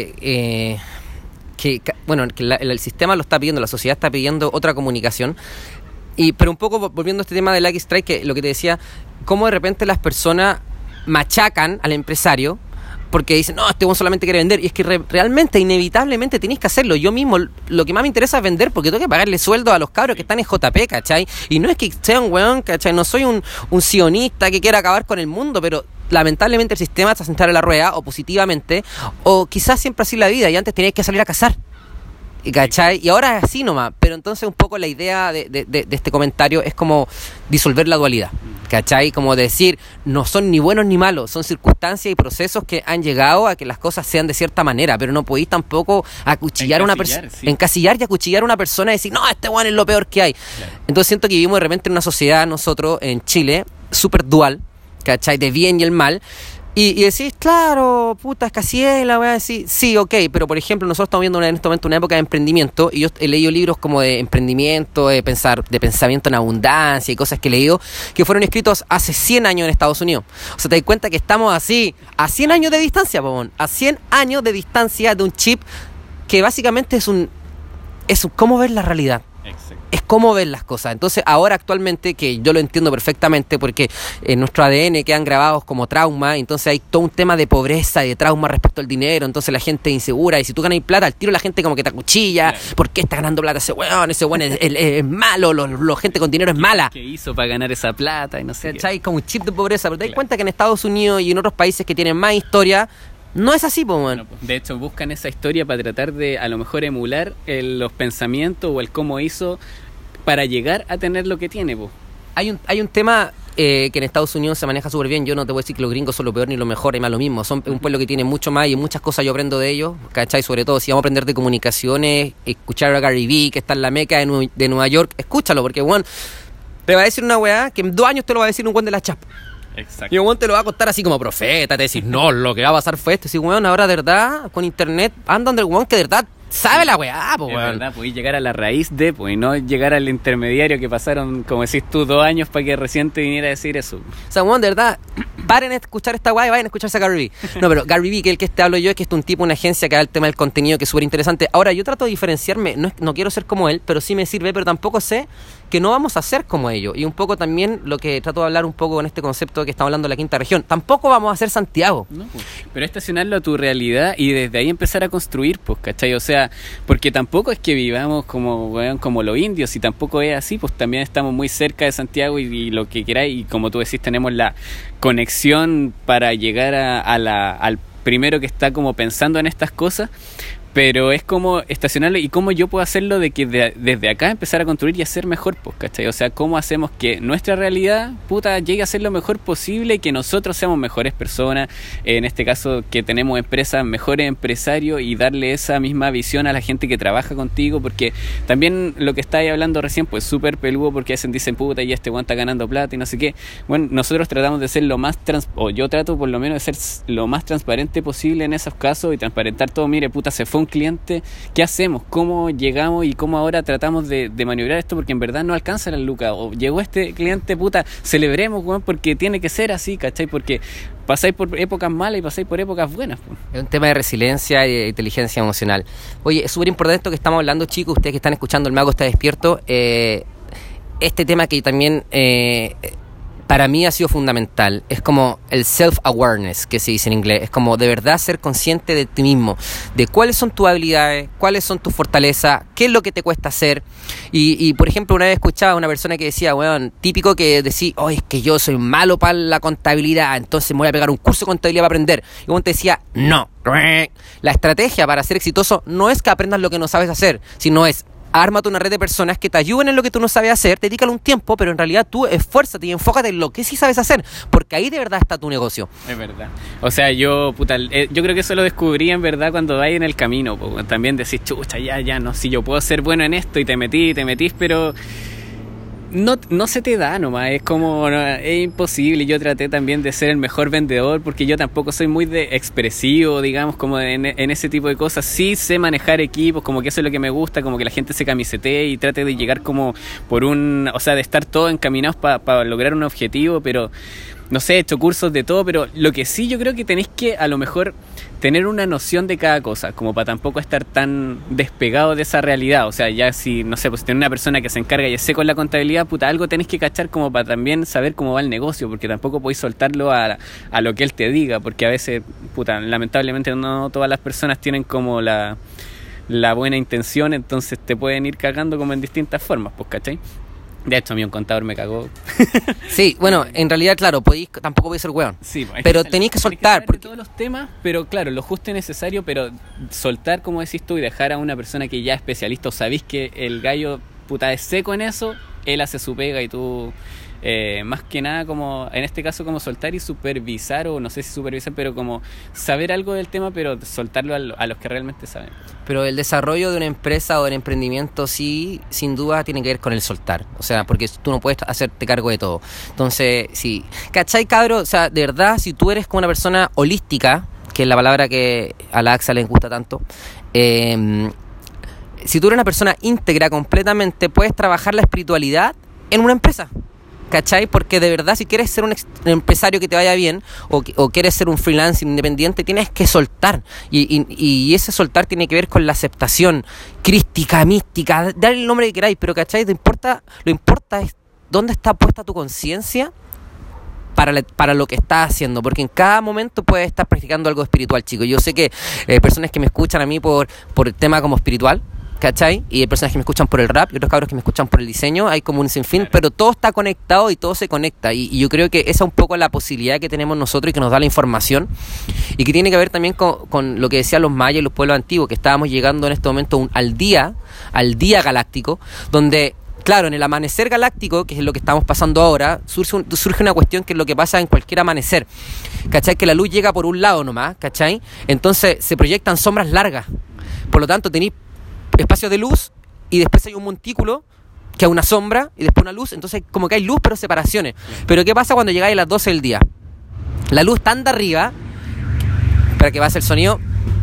que el sistema lo está pidiendo, la sociedad está pidiendo otra comunicación, pero un poco volviendo a este tema de Lucky Strike, que lo que te decía, cómo de repente las personas machacan al empresario porque dicen, no, este weón solamente quiere vender, y es que realmente, inevitablemente tenéis que hacerlo. Yo mismo, lo que más me interesa es vender porque tengo que pagarle sueldo a los cabros que están en JP, ¿cachai? Y no es que sea un weón, ¿cachai? No soy un sionista que quiera acabar con el mundo, pero lamentablemente el sistema está sentado en la rueda, o positivamente, o quizás siempre así la vida, y antes tenías que salir a cazar, ¿cachai? Y ahora es así nomás. Pero entonces un poco la idea de este comentario es como disolver la dualidad, ¿cachai? Como decir, no son ni buenos ni malos, son circunstancias y procesos que han llegado a que las cosas sean de cierta manera, pero no podéis tampoco acuchillar a una persona, sí. Encasillar y acuchillar a una persona y decir, no, este weón es lo peor que hay. Claro. Entonces siento que vivimos de repente en una sociedad, nosotros en Chile, súper dual, ¿cachai? De bien y el mal. Y decís, claro, puta, es que así es, la voy a decir, sí, ok, pero por ejemplo, nosotros estamos viendo en este momento una época de emprendimiento, y yo he leído libros como de emprendimiento, de pensamiento en abundancia y cosas que he leído, que fueron escritos hace 100 años en Estados Unidos. O sea, te das cuenta que estamos así, a 100 años de distancia, Pomón, a 100 años de distancia de un chip que básicamente es un cómo ver la realidad. Exacto. es cómo ven las cosas. Entonces ahora actualmente, que yo lo entiendo perfectamente porque en nuestro ADN quedan grabados como trauma, entonces hay todo un tema de pobreza y de trauma respecto al dinero, entonces la gente es insegura y si tú ganas plata, al tiro la gente como que te acuchilla, claro. ¿Por qué está ganando plata ese weón es malo, la gente con dinero es mala? ¿Qué hizo para ganar esa plata? Y no sé qué. Como un chip de pobreza, pero te das cuenta que en Estados Unidos y en otros países que tienen más historia, no es así, pues, bueno. De hecho, buscan esa historia para tratar de, a lo mejor, emular los pensamientos o el cómo hizo para llegar a tener lo que tiene, pues. Hay un tema que en Estados Unidos se maneja súper bien. Yo no te voy a decir que los gringos son lo peor ni lo mejor, es más lo mismo. Son un pueblo que tiene mucho más y muchas cosas yo aprendo de ellos, ¿cachai? Sobre todo si vamos a aprender de comunicaciones, escuchar a Gary Vee, que está en la meca de Nueva York, escúchalo, porque, bueno, te va a decir una weá que en 2 años te lo va a decir un weón de la chapa. Exacto. Y el weón te lo va a contar así como profeta, te decís, no, lo que va a pasar fue esto. Si weón, ahora de verdad, con internet, andan del weón que de verdad sabe la weá, pues weón. Es verdad, podés llegar a la raíz de, pues, y no llegar al intermediario que pasaron, como decís tú, 2 años para que recién te viniera a decir eso. O sea, weón, de verdad, paren de escuchar esta weá y vayan a escucharse a Gary Vee. No, pero Gary Vee, que es el que te hablo yo, es que es un tipo, una agencia que da el tema del contenido, que es súper interesante. Ahora, yo trato de diferenciarme, no quiero ser como él, pero sí me sirve, pero tampoco sé que no vamos a ser como ellos. Y un poco también lo que trato de hablar un poco con este concepto que estamos hablando de la quinta región. Tampoco vamos a ser Santiago. No, pues, pero estacionarlo a tu realidad y desde ahí empezar a construir, pues, ¿cachai? O sea, porque tampoco es que vivamos como, bueno, como los indios, y tampoco es así, pues también estamos muy cerca de Santiago y lo que queráis, y como tú decís, tenemos la conexión para llegar al primero que está como pensando en estas cosas. Pero es como estacionarlo y cómo yo puedo hacerlo de que desde acá empezar a construir y hacer mejor, pues, ¿cachai? O sea, cómo hacemos que nuestra realidad, puta, llegue a ser lo mejor posible y que nosotros seamos mejores personas, en este caso que tenemos empresas, mejores empresarios, y darle esa misma visión a la gente que trabaja contigo, porque también lo que estáis hablando recién, pues súper peludo, porque a veces dicen, puta, ya este weón está ganando plata y no sé qué. Bueno, nosotros tratamos de ser lo más o yo trato por lo menos de ser lo más transparente posible en esos casos y transparentar todo. Mire, puta, se fue un cliente, ¿qué hacemos? ¿Cómo llegamos y cómo ahora tratamos de maniobrar esto? Porque en verdad no alcanza la luca, o llegó este cliente, puta, celebremos, weón, porque tiene que ser así, ¿cachai? Porque pasáis por épocas malas y pasáis por épocas buenas, pues. Es un tema de resiliencia y de inteligencia emocional. Oye, es súper importante esto que estamos hablando, chicos, ustedes que están escuchando El Mago Está Despierto, este tema que también para mí ha sido fundamental. Es como el self-awareness, que se dice en inglés. Es como de verdad ser consciente de ti mismo, de cuáles son tus habilidades, cuáles son tus fortalezas, qué es lo que te cuesta hacer. Y por ejemplo, una vez escuchaba a una persona que decía, weón, típico que decía, oh, es que yo soy malo para la contabilidad, entonces me voy a pegar un curso de contabilidad para aprender. Y uno te decía, no. La estrategia para ser exitoso no es que aprendas lo que no sabes hacer, sino es ármate una red de personas que te ayuden en lo que tú no sabes hacer, dedícale un tiempo, pero en realidad tú esfuérzate y enfócate en lo que sí sabes hacer, porque ahí de verdad está tu negocio. Es verdad. O sea, yo creo que eso lo descubrí en verdad cuando vais en el camino, pues, también decís, chucha, ya, no, si yo puedo ser bueno en esto, y te metís, pero no se te da nomás, es como, no, es imposible. Yo traté también de ser el mejor vendedor, porque yo tampoco soy muy expresivo, digamos, como en ese tipo de cosas. Sí sé manejar equipos, como que eso es lo que me gusta, como que la gente se camisetee y trate de llegar como o sea, de estar todos encaminados para lograr un objetivo, pero no sé, he hecho cursos de todo, pero lo que sí yo creo que tenéis que a lo mejor tener una noción de cada cosa, como para tampoco estar tan despegado de esa realidad. O sea, ya si, no sé, pues tener una persona que se encarga y es seco en la contabilidad, puta, algo tenés que cachar como para también saber cómo va el negocio, porque tampoco podéis soltarlo a lo que él te diga, porque a veces, puta, lamentablemente no todas las personas tienen como la buena intención, entonces te pueden ir cagando como en distintas formas, pues, ¿cachai? De hecho, a mí un contador me cagó. Sí, bueno, en realidad, claro, tampoco podéis ser weón. Sí, pero tenéis que soltar. Porque todos los temas, pero claro, lo justo y necesario, pero soltar, como decís tú, y dejar a una persona que ya es especialista, o sabéis que el gallo, puta, es seco en eso, él hace su pega y tú, más que nada, como en este caso, como soltar y supervisar, o no sé si supervisar, pero como saber algo del tema, pero soltarlo a los que realmente saben. Pero el desarrollo de una empresa o del emprendimiento sí, sin duda, tiene que ver con el soltar. O sea, porque tú no puedes hacerte cargo de todo. Entonces, sí. ¿Cachai, cabro? O sea, de verdad, si tú eres como una persona holística, que es la palabra que a la AXA le gusta tanto, si tú eres una persona íntegra completamente, puedes trabajar la espiritualidad en una empresa. ¿cachai? Porque de verdad, si quieres ser un empresario que te vaya bien o quieres ser un freelance independiente, tienes que soltar. Y ese soltar tiene que ver con la aceptación crística, mística, dale el nombre que queráis, pero ¿cachai? Lo importa es dónde está puesta tu conciencia para lo que estás haciendo, porque en cada momento puedes estar practicando algo espiritual, chicos. Yo sé que personas que me escuchan a mí por el tema como espiritual, ¿cachai? Y hay personas que me escuchan por el rap y otros cabros que me escuchan por el diseño, hay como un sinfín, pero todo está conectado y todo se conecta, y yo creo que esa es un poco la posibilidad que tenemos nosotros y que nos da la información, y que tiene que ver también con lo que decían los mayas y los pueblos antiguos, que estábamos llegando en este momento al día galáctico, donde claro, en el amanecer galáctico, que es lo que estamos pasando ahora, surge una cuestión que es lo que pasa en cualquier amanecer, ¿cachai? Que la luz llega por un lado nomás, ¿cachai? Entonces se proyectan sombras largas, por lo tanto tenéis espacios de luz y después hay un montículo que es una sombra y después una luz, entonces como que hay luz pero separaciones. Pero ¿qué pasa cuando llegáis a las 12 del día? La luz está de arriba, para que pase el sonido.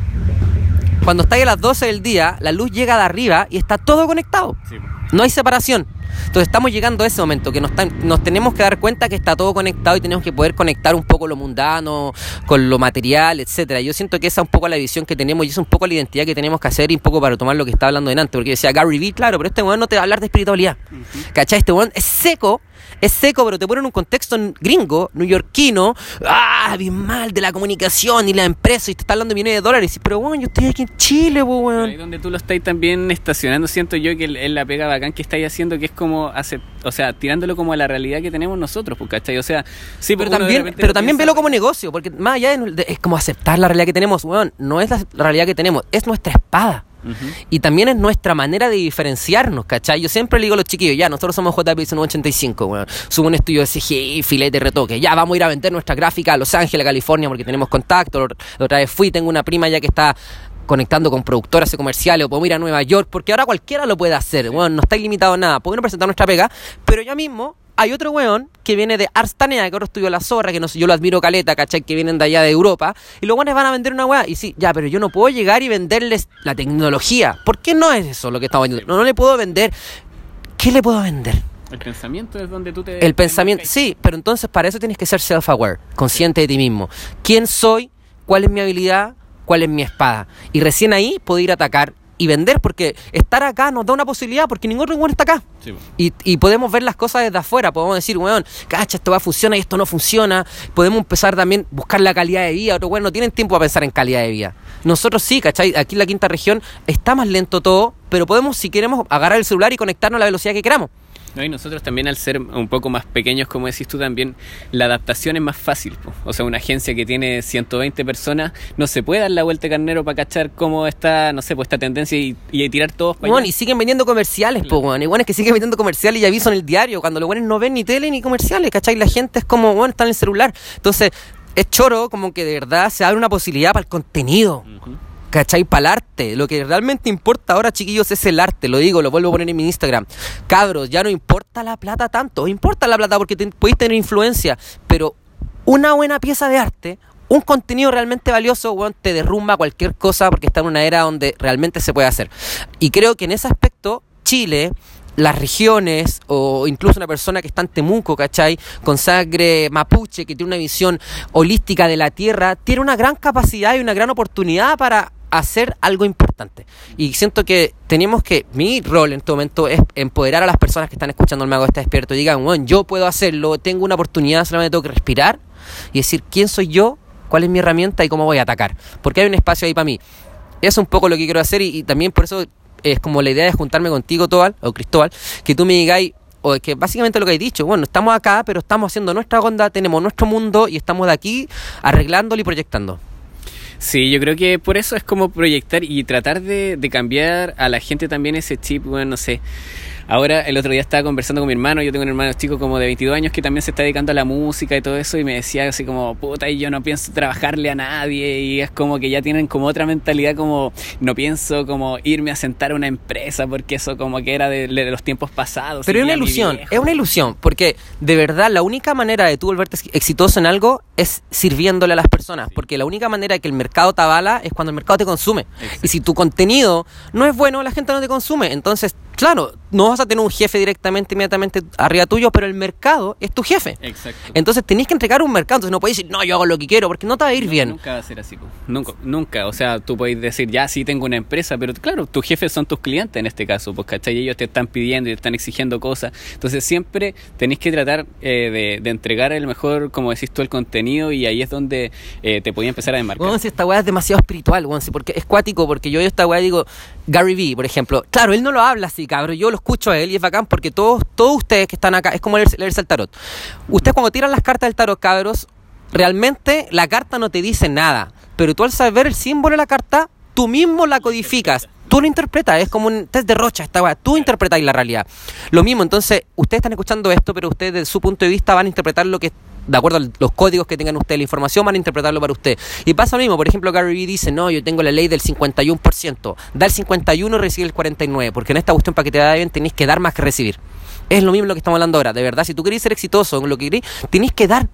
Cuando estáis a las 12 del día, la luz llega de arriba y está todo conectado. Sí. No hay separación. Entonces estamos llegando a ese momento que nos tenemos que dar cuenta que está todo conectado y tenemos que poder conectar un poco lo mundano con lo material, etcétera. Yo siento que esa es un poco la visión que tenemos y es un poco la identidad que tenemos que hacer, y un poco para tomar lo que estaba hablando delante, porque decía Gary Vee, claro, pero este weón no te va a hablar de espiritualidad. ¿Cachai? Este weón es seco, pero te pone en un contexto gringo, neoyorquino, abismal de la comunicación y la empresa, y te está hablando de millones de dólares. Y dices, pero bueno, yo estoy aquí en Chile, weón. Ahí donde tú lo estás también estacionando, siento yo que es la pega bacán que estáis haciendo, que es como tirándolo como a la realidad que tenemos nosotros, ¿cachai? O sea, sí, pero también velo como negocio, porque más allá es como aceptar la realidad que tenemos, weón. No es la realidad que tenemos, es nuestra espada. Y también es nuestra manera de diferenciarnos, ¿cachai? Yo siempre le digo a los chiquillos, ya, nosotros somos JP 1985, bueno, subo un estudio de CGI, filete, retoque, ya, vamos a ir a vender nuestra gráfica a Los Ángeles, California, porque tenemos contacto. La otra vez tengo una prima ya que está conectando con productoras y comerciales, o podemos ir a Nueva York, porque ahora cualquiera lo puede hacer, bueno, no está ilimitado a nada, podemos presentar nuestra pega, pero ya mismo hay otro weón que viene de Arstanea, que ahora estudió La Zorra, que no sé, yo lo admiro caleta, ¿cachai? Que vienen de allá de Europa, y los weones van a vender una weá, y sí, ya, pero yo no puedo llegar y venderles la tecnología. ¿Por qué no es eso lo que estamos vendiendo? No le puedo vender. ¿Qué le puedo vender? El pensamiento es donde tú te... El pensamiento, sí, pero entonces para eso tienes que ser self-aware, consciente de ti mismo. ¿Quién soy? ¿Cuál es mi habilidad? ¿Cuál es mi espada? Y recién ahí puedo ir a atacar y vender, porque estar acá nos da una posibilidad, porque ningún otro weón está acá. Sí. Y podemos ver las cosas desde afuera, podemos decir, weón, cacha, esto va a funcionar y esto no funciona. Podemos empezar también a buscar la calidad de vida. Otros weón no tienen tiempo a pensar en calidad de vida. Nosotros sí, ¿cachai? Aquí en la quinta región está más lento todo, pero podemos, si queremos, agarrar el celular y conectarnos a la velocidad que queramos. No, y nosotros también, al ser un poco más pequeños, como decís tú también, la adaptación es más fácil, po. O sea, una agencia que tiene 120 personas no se puede dar la vuelta de carnero para cachar cómo está, no sé, pues esta tendencia y tirar todos para allá. Y siguen vendiendo comerciales, claro. Po, y bueno, es que siguen vendiendo comerciales y aviso en el diario, cuando los buenos no ven ni tele ni comerciales, ¿cachai? La gente es como, bueno, está en el celular. Entonces, es choro como que de verdad se abre una posibilidad para el contenido. ¿Cachai? Para el arte. Lo que realmente importa ahora, chiquillos, es el arte. Lo digo, lo vuelvo a poner en mi Instagram. Cabros, ya no importa la plata tanto. Importa la plata porque podéis tener influencia. Pero una buena pieza de arte, un contenido realmente valioso, bueno, te derrumba cualquier cosa, porque está en una era donde realmente se puede hacer. Y creo que en ese aspecto, Chile, las regiones, o incluso una persona que está en Temuco, ¿cachai? Con sangre mapuche, que tiene una visión holística de la tierra, tiene una gran capacidad y una gran oportunidad para hacer algo importante. Y siento que mi rol en este momento es empoderar a las personas que están escuchando El Mago Está Despierto y digan, bueno, yo puedo hacerlo, tengo una oportunidad, solamente tengo que respirar y decir quién soy yo, cuál es mi herramienta y cómo voy a atacar, porque hay un espacio ahí para mí. Es un poco lo que quiero hacer, y también por eso es como la idea de juntarme contigo, Cristóbal, que tú me digáis, o que básicamente lo que has dicho, bueno, estamos acá, pero estamos haciendo nuestra onda, tenemos nuestro mundo y estamos de aquí arreglándolo y proyectando. Sí, yo creo que por eso es como proyectar y tratar de cambiar a la gente también ese chip, bueno, no sé. Ahora, el otro día estaba conversando con mi hermano, yo tengo un hermano chico como de 22 años que también se está dedicando a la música y todo eso, y me decía así como, puta, y yo no pienso trabajarle a nadie, y es como que ya tienen como otra mentalidad, como no pienso como irme a sentar a una empresa, porque eso como que era de los tiempos pasados. Pero es una ilusión, porque de verdad la única manera de tú volverte exitoso en algo es sirviéndole a las personas, porque la única manera de que el mercado te avala es cuando el mercado te consume. Exacto. Y si tu contenido no es bueno, la gente no te consume, entonces claro, no vas a tener un jefe directamente, inmediatamente arriba tuyo, pero el mercado es tu jefe. Exacto. Entonces tenés que entregar un mercado. Entonces no podés decir, no, yo hago lo que quiero, porque no te va a ir bien. Nunca va a ser así, po. Nunca. O sea, tú podés decir, ya sí tengo una empresa, pero claro, tus jefes son tus clientes en este caso, pues, ¿cachai? Ellos te están pidiendo y te están exigiendo cosas. Entonces siempre tenés que tratar de entregar el mejor, como decís tú, el contenido, y ahí es donde te podía empezar a desmarcar. Bueno, si esta weá es demasiado espiritual, bueno, si porque es cuático, porque yo esta weá digo, Gary Vee, por ejemplo, claro, él no lo habla así, cabrón, yo lo escucho a él y es bacán porque todos ustedes que están acá, es como leerse el tarot. Ustedes cuando tiran las cartas del tarot, cabros, realmente la carta no te dice nada, pero tú al saber el símbolo de la carta, tú mismo la codificas. Tú lo interpretas, es como un test de Rocha esta weá, tú interpretáis la realidad. Lo mismo, entonces, ustedes están escuchando esto, pero ustedes desde su punto de vista van a interpretar lo que, de acuerdo a los códigos que tengan ustedes, la información, van a interpretarlo para usted. Y pasa lo mismo, por ejemplo, Gary Vee dice, no, yo tengo la ley del 51%, da el 51% y recibe el 49%, porque en esta cuestión para que te vaya bien tenés que dar más que recibir. Es lo mismo lo que estamos hablando ahora, de verdad, si tú querés ser exitoso en lo que querés, tenés que dar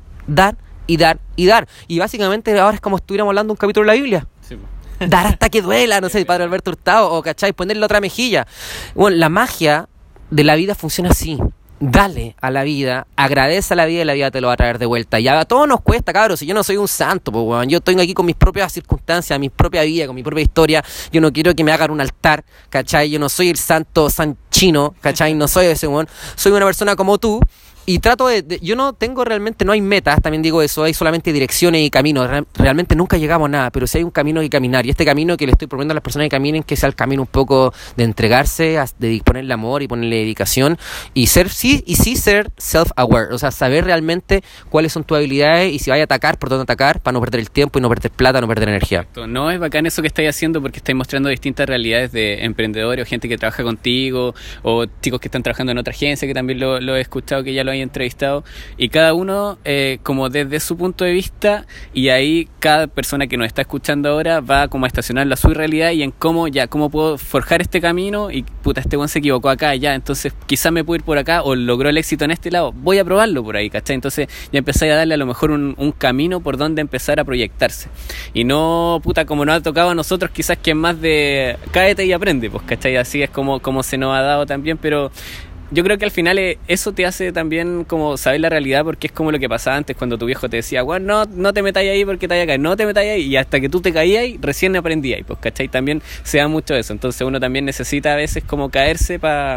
y dar y dar. Y básicamente ahora es como si estuviéramos hablando de un capítulo de la Biblia. Sí. Dar hasta que duela, no sé, Padre Alberto Hurtado, o ¿cachai? Ponerle otra mejilla. Bueno, la magia de la vida funciona así. Dale a la vida, agradece a la vida y la vida te lo va a traer de vuelta. Y a todos nos cuesta, cabros, si yo no soy un santo, pues, bueno, yo estoy aquí con mis propias circunstancias, mi propia vida, con mi propia historia. Yo no quiero que me hagan un altar, ¿cachai? Yo no soy el santo san chino, ¿cachai? No soy ese, bueno. Soy una persona como tú. Y trato yo no tengo realmente, no hay metas, también digo eso, hay solamente direcciones y caminos, realmente nunca llegamos a nada, pero sí hay un camino que caminar, y este camino que le estoy proponiendo a las personas que caminen, que sea el camino un poco de entregarse, de ponerle amor y ponerle dedicación, y ser self-aware, o sea, saber realmente cuáles son tus habilidades y si vas a atacar, por dónde atacar, para no perder el tiempo y no perder plata, no perder energía. Exacto. No, es bacán eso que estáis haciendo porque estáis mostrando distintas realidades de emprendedores o gente que trabaja contigo, o chicos que están trabajando en otra agencia, que también lo he escuchado, que ya lo hay entrevistado, y cada uno como desde su punto de vista, y ahí cada persona que nos está escuchando ahora va como a estacionarlo a su realidad y en cómo puedo forjar este camino, y puta, este buen se equivocó acá, ya, entonces quizás me puedo ir por acá, o logró el éxito en este lado, voy a probarlo por ahí, ¿cachai? Entonces ya empezáis a darle a lo mejor un camino por donde empezar a proyectarse, y no, puta, como nos ha tocado a nosotros, quizás que es más de cáete y aprende, pues, ¿cachai? Así es como se nos ha dado también, pero yo creo que al final eso te hace también como saber la realidad, porque es como lo que pasaba antes cuando tu viejo te decía, bueno, no te metáis ahí porque te vayas a caer, no te metáis ahí, y hasta que tú te caías recién aprendías, pues, ¿cachai? También se da mucho eso, entonces uno también necesita a veces como caerse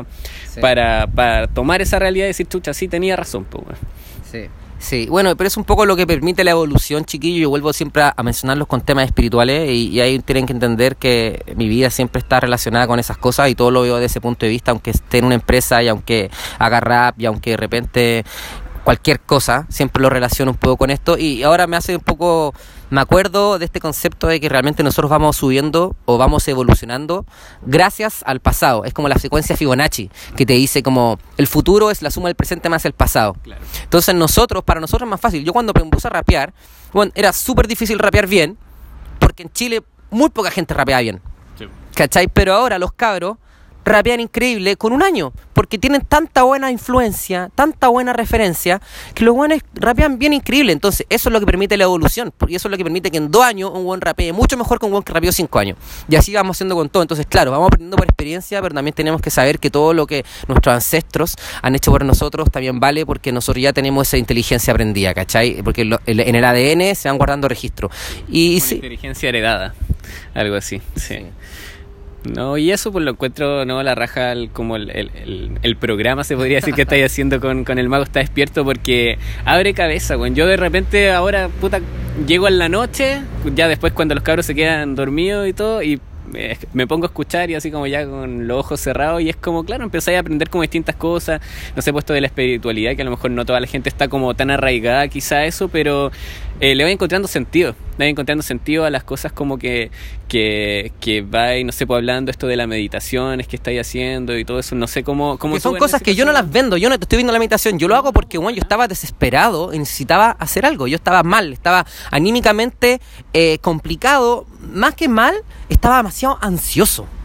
para tomar esa realidad y decir, chucha, sí, tenía razón, pues, bueno. Sí. Sí, bueno, pero es un poco lo que permite la evolución, chiquillo. Yo vuelvo siempre a mencionarlos con temas espirituales y ahí tienen que entender que mi vida siempre está relacionada con esas cosas y todo lo veo desde ese punto de vista, aunque esté en una empresa y aunque haga rap y aunque de repente cualquier cosa, siempre lo relaciono un poco con esto, y ahora me acuerdo de este concepto de que realmente nosotros vamos subiendo o vamos evolucionando gracias al pasado. Es como la secuencia Fibonacci, que te dice como el futuro es la suma del presente más el pasado. Claro. Entonces para nosotros es más fácil. Yo cuando me puse a rapear, bueno, era súper difícil rapear bien, porque en Chile muy poca gente rapea bien. Sí. ¿Cachai? Pero ahora los cabros rapean increíble con un año, porque tienen tanta buena influencia, tanta buena referencia, que los buenos rapean bien increíble. Entonces eso es lo que permite la evolución, porque eso es lo que permite que en 2 años un buen rapee mucho mejor que un buen que rapeó 5 años, y así vamos haciendo con todo. Entonces claro, vamos aprendiendo por experiencia, pero también tenemos que saber que todo lo que nuestros ancestros han hecho por nosotros también vale, porque nosotros ya tenemos esa inteligencia aprendida, ¿cachai? Porque en el ADN se van guardando registros y sí. Inteligencia heredada, algo así, sí. No, y eso pues lo encuentro, no, la raja, como el programa, se podría decir, que estáis haciendo con El Mago Está Despierto, porque abre cabeza, güey. Yo de repente ahora, puta, llego en la noche, ya después cuando los cabros se quedan dormidos y todo, y me pongo a escuchar y así como ya con los ojos cerrados, y es como, claro, empecé a aprender como distintas cosas, no sé, puesto de la espiritualidad, que a lo mejor no toda la gente está como tan arraigada quizá a eso, pero le voy encontrando sentido a las cosas, como que va, y no sé, pues hablando esto de las meditaciones que estáis haciendo y todo eso, no sé cómo que son cosas que yo no las vendo, yo no te estoy viendo la meditación, yo lo hago porque, bueno, yo estaba desesperado y necesitaba hacer algo, yo estaba mal, estaba anímicamente complicado, más que mal, estaba demasiado ansioso.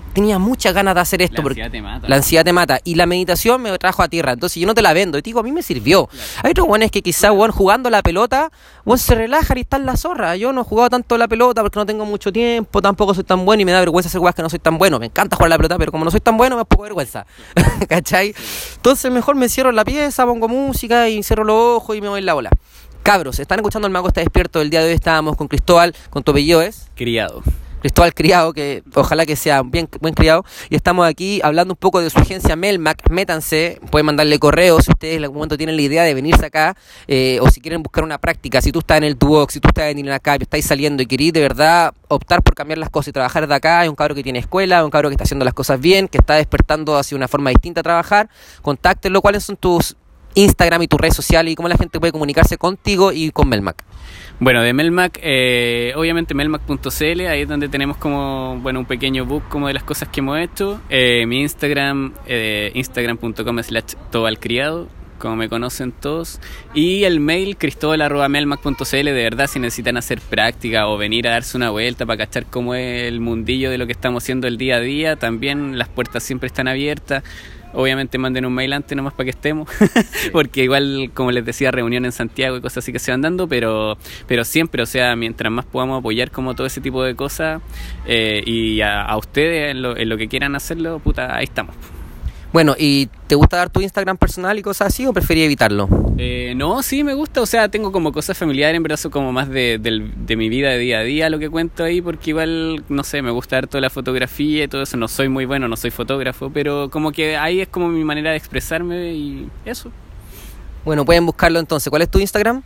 tenía muchas ganas de hacer esto. La ansiedad te mata. La ansiedad te mata. Y la meditación me trajo a tierra. Entonces yo no te la vendo. Y te digo, a mí me sirvió. Claro. Hay otros buenos que quizás, jugando la pelota, se relajan y están la zorra. Yo no he jugado tanto la pelota porque no tengo mucho tiempo, tampoco soy tan bueno y me da vergüenza hacer jugadas que no soy tan bueno. Me encanta jugar la pelota, pero como no soy tan bueno, me da poco vergüenza. ¿Cachai? Sí. Entonces mejor me cierro la pieza, pongo música y cierro los ojos y me voy en la ola. Cabros, están escuchando El Mago Está Despierto. El día de hoy estábamos con Cristóbal, con tu apellido es... Criado. Cristóbal Criado, que ojalá que sea buen criado, y estamos aquí hablando un poco de su agencia Melmac. Métanse, pueden mandarle correos si ustedes en algún momento tienen la idea de venirse acá, o si quieren buscar una práctica. Si tú estás en el Duoc, si tú estás en INACAP, estáis saliendo y querís de verdad optar por cambiar las cosas y trabajar de acá, es un cabro que tiene escuela, un cabro que está haciendo las cosas bien, que está despertando hacia una forma distinta a trabajar. Contáctenlo. ¿Cuáles son tus Instagram y tus redes sociales y cómo la gente puede comunicarse contigo y con Melmac? Bueno, de Melmac, obviamente melmac.cl, ahí es donde tenemos como, un pequeño book como de las cosas que hemos hecho. Mi Instagram, instagram.com/tobalcriado, como me conocen todos. Y el mail, cristobal@melmac.cl. De verdad, si necesitan hacer práctica o venir a darse una vuelta para cachar cómo es el mundillo de lo que estamos haciendo el día a día, también las puertas siempre están abiertas. Obviamente manden un mail antes nomás para que estemos, porque igual, como les decía, reunión en Santiago y cosas así que se van dando, pero siempre, mientras más podamos apoyar como todo ese tipo de cosas, y a ustedes en lo que quieran hacerlo, ahí estamos. Bueno, ¿y te gusta dar tu Instagram personal y cosas así o preferís evitarlo? No, sí me gusta, tengo como cosas familiares, en verdad, como más de mi vida de día a día lo que cuento ahí, porque igual, no sé, me gusta harto la fotografía y todo eso. No soy muy bueno, no soy fotógrafo, pero como que ahí es como mi manera de expresarme y eso. Bueno, pueden buscarlo entonces. ¿Cuál es tu Instagram?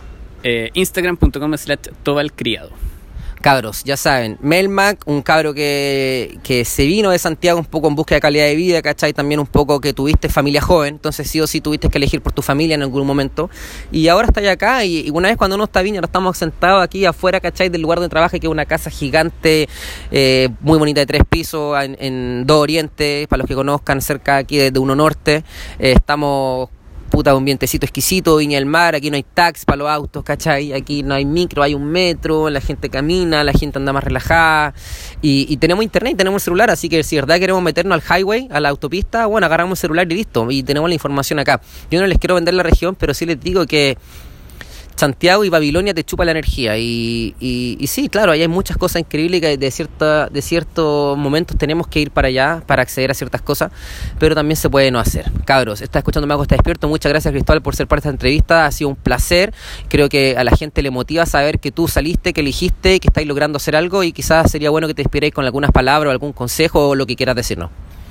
Instagram.com/tobalcriado. Cabros, ya saben, Melmac, un cabro que se vino de Santiago un poco en búsqueda de calidad de vida, ¿cachai? También un poco que tuviste familia joven, entonces sí o sí tuviste que elegir por tu familia en algún momento. Y ahora estás allá y una vez cuando uno está bien, ahora estamos sentados aquí afuera, ¿cachai? Del lugar donde trabaja, que es una casa gigante, muy bonita de 3 pisos, en 2 Oriente, para los que conozcan, cerca aquí de 1 Norte. Estamos... un vientecito exquisito, Viña del Mar, aquí no hay taxi para los autos, ¿cachai? Aquí no hay micro, hay un metro, la gente camina, la gente anda más relajada y tenemos internet y tenemos el celular, así que si de verdad queremos meternos al highway, a la autopista, agarramos el celular y listo, y tenemos la información acá. Yo no les quiero vender la región, pero sí les digo que Santiago y Babilonia te chupa la energía y sí, claro, ahí hay muchas cosas increíbles que de ciertos momentos tenemos que ir para allá para acceder a ciertas cosas, pero también se puede no hacer. Cabros, está escuchando Mago Está Despierto. Muchas gracias, Cristóbal, por ser parte de esta entrevista. Ha sido un placer. Creo que a la gente le motiva saber que tú saliste, que elegiste, que estáis logrando hacer algo y quizás sería bueno que te inspiréis con algunas palabras o algún consejo o lo que quieras decirnos.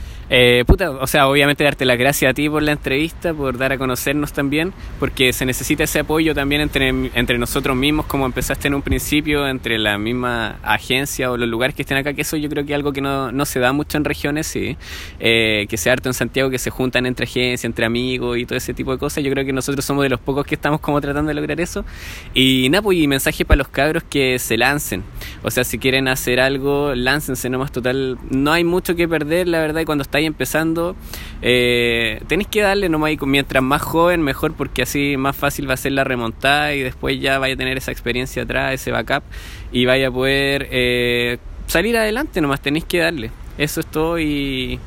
Obviamente darte las gracias a ti por la entrevista, por dar a conocernos también, porque se necesita ese apoyo también entre nosotros mismos, como empezaste en un principio, entre la misma agencia o los lugares que estén acá, que eso yo creo que es algo que no se da mucho en regiones, sí, que sea harto en Santiago, que se juntan entre agencias, entre amigos y todo ese tipo de cosas. Yo creo que nosotros somos de los pocos que estamos como tratando de lograr eso. Y mensaje para los cabros que se lancen, si quieren hacer algo, láncense nomás, total, no hay mucho que perder, la verdad, y cuando estáis empezando, tenéis que darle nomás, y mientras más joven mejor, porque así más fácil va a ser la remontada y después ya vaya a tener esa experiencia atrás, ese backup, y vaya a poder salir adelante nomás. Tenéis que darle, eso es todo, y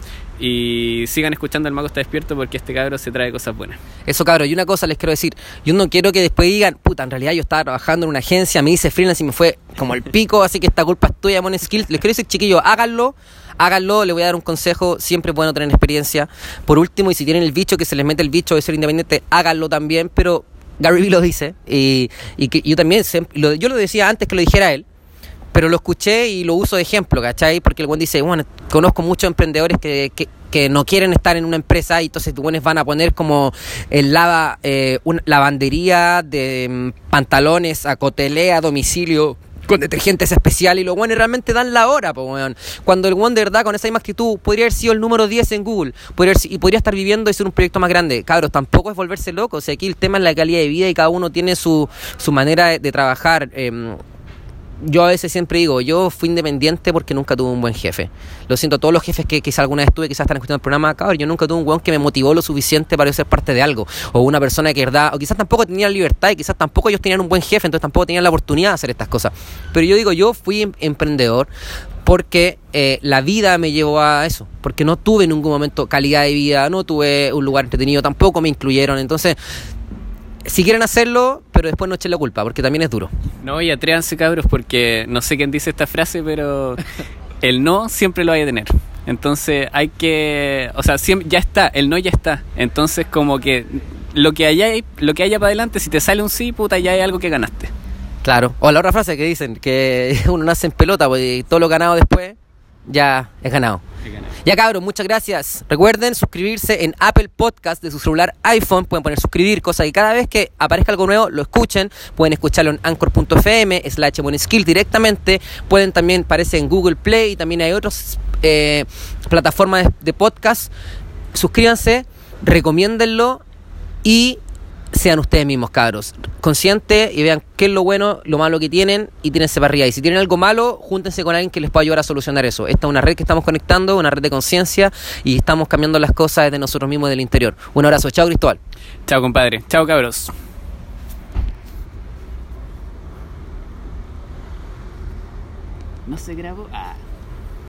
sigan escuchando El Mago Está Despierto, porque este cabro se trae cosas buenas. Eso, cabro, y una cosa les quiero decir, yo no quiero que después digan, en realidad yo estaba trabajando en una agencia, me hice freelance y me fue como el pico, así que esta culpa es tuya, Mon Skills. Les quiero decir, chiquillos, háganlo, les voy a dar un consejo, siempre es bueno tener experiencia. Por último, y si tienen el bicho, que se les mete el bicho de ser independiente, háganlo también, pero Gary Vee lo dice, y que yo también, yo lo decía antes que lo dijera él, pero lo escuché y lo uso de ejemplo, ¿cachai? Porque el buen dice, conozco muchos emprendedores que no quieren estar en una empresa y entonces los buenos van a poner como una lavandería de pantalones a cotelé a domicilio con detergentes especiales, y los buenos realmente dan la hora, cuando el buen de verdad con esa misma actitud podría haber sido el número 10 en Google, podría estar viviendo y ser un proyecto más grande. Cabros, tampoco es volverse loco, aquí el tema es la calidad de vida y cada uno tiene su manera de trabajar. Yo a veces siempre digo, yo fui independiente porque nunca tuve un buen jefe. Lo siento a todos los jefes que quizás alguna vez tuve, quizás están escuchando el programa, cabrón, yo nunca tuve un weón que me motivó lo suficiente para yo ser parte de algo, o una persona que verdad, o quizás tampoco tenía la libertad, y quizás tampoco ellos tenían un buen jefe, entonces tampoco tenían la oportunidad de hacer estas cosas. Pero yo digo, yo fui emprendedor porque la vida me llevó a eso, porque no tuve en ningún momento calidad de vida, no tuve un lugar entretenido, tampoco me incluyeron. Entonces, si quieren hacerlo, pero después no echen la culpa, porque también es duro. No, y atrévanse, cabros, porque no sé quién dice esta frase, pero el no siempre lo hay a tener. Entonces hay que, o sea, siempre, ya está, el no ya está. Entonces como que lo que haya para adelante, si te sale un sí, puta, ya hay algo que ganaste. Claro. O la otra frase que dicen, que uno nace en pelota, pues todo lo ganado después ya es ganado. Ya, cabros, muchas gracias. Recuerden suscribirse en Apple Podcast de su celular iPhone. Pueden poner suscribir, cosa que cada vez que aparezca algo nuevo lo escuchen. Pueden escucharlo en anchor.fm/buenskill directamente. Pueden también, parece en Google Play, y también hay otras plataformas de podcast. Suscríbanse, recomiéndenlo y sean ustedes mismos, cabros. Conscientes y vean qué es lo bueno, lo malo que tienen, y tírense para arriba. Y si tienen algo malo, júntense con alguien que les pueda ayudar a solucionar eso. Esta es una red que estamos conectando, una red de conciencia, y estamos cambiando las cosas desde nosotros mismos, del interior. Un abrazo. Chao, Cristóbal. Chao, compadre. Chao, cabros. ¿No se grabó?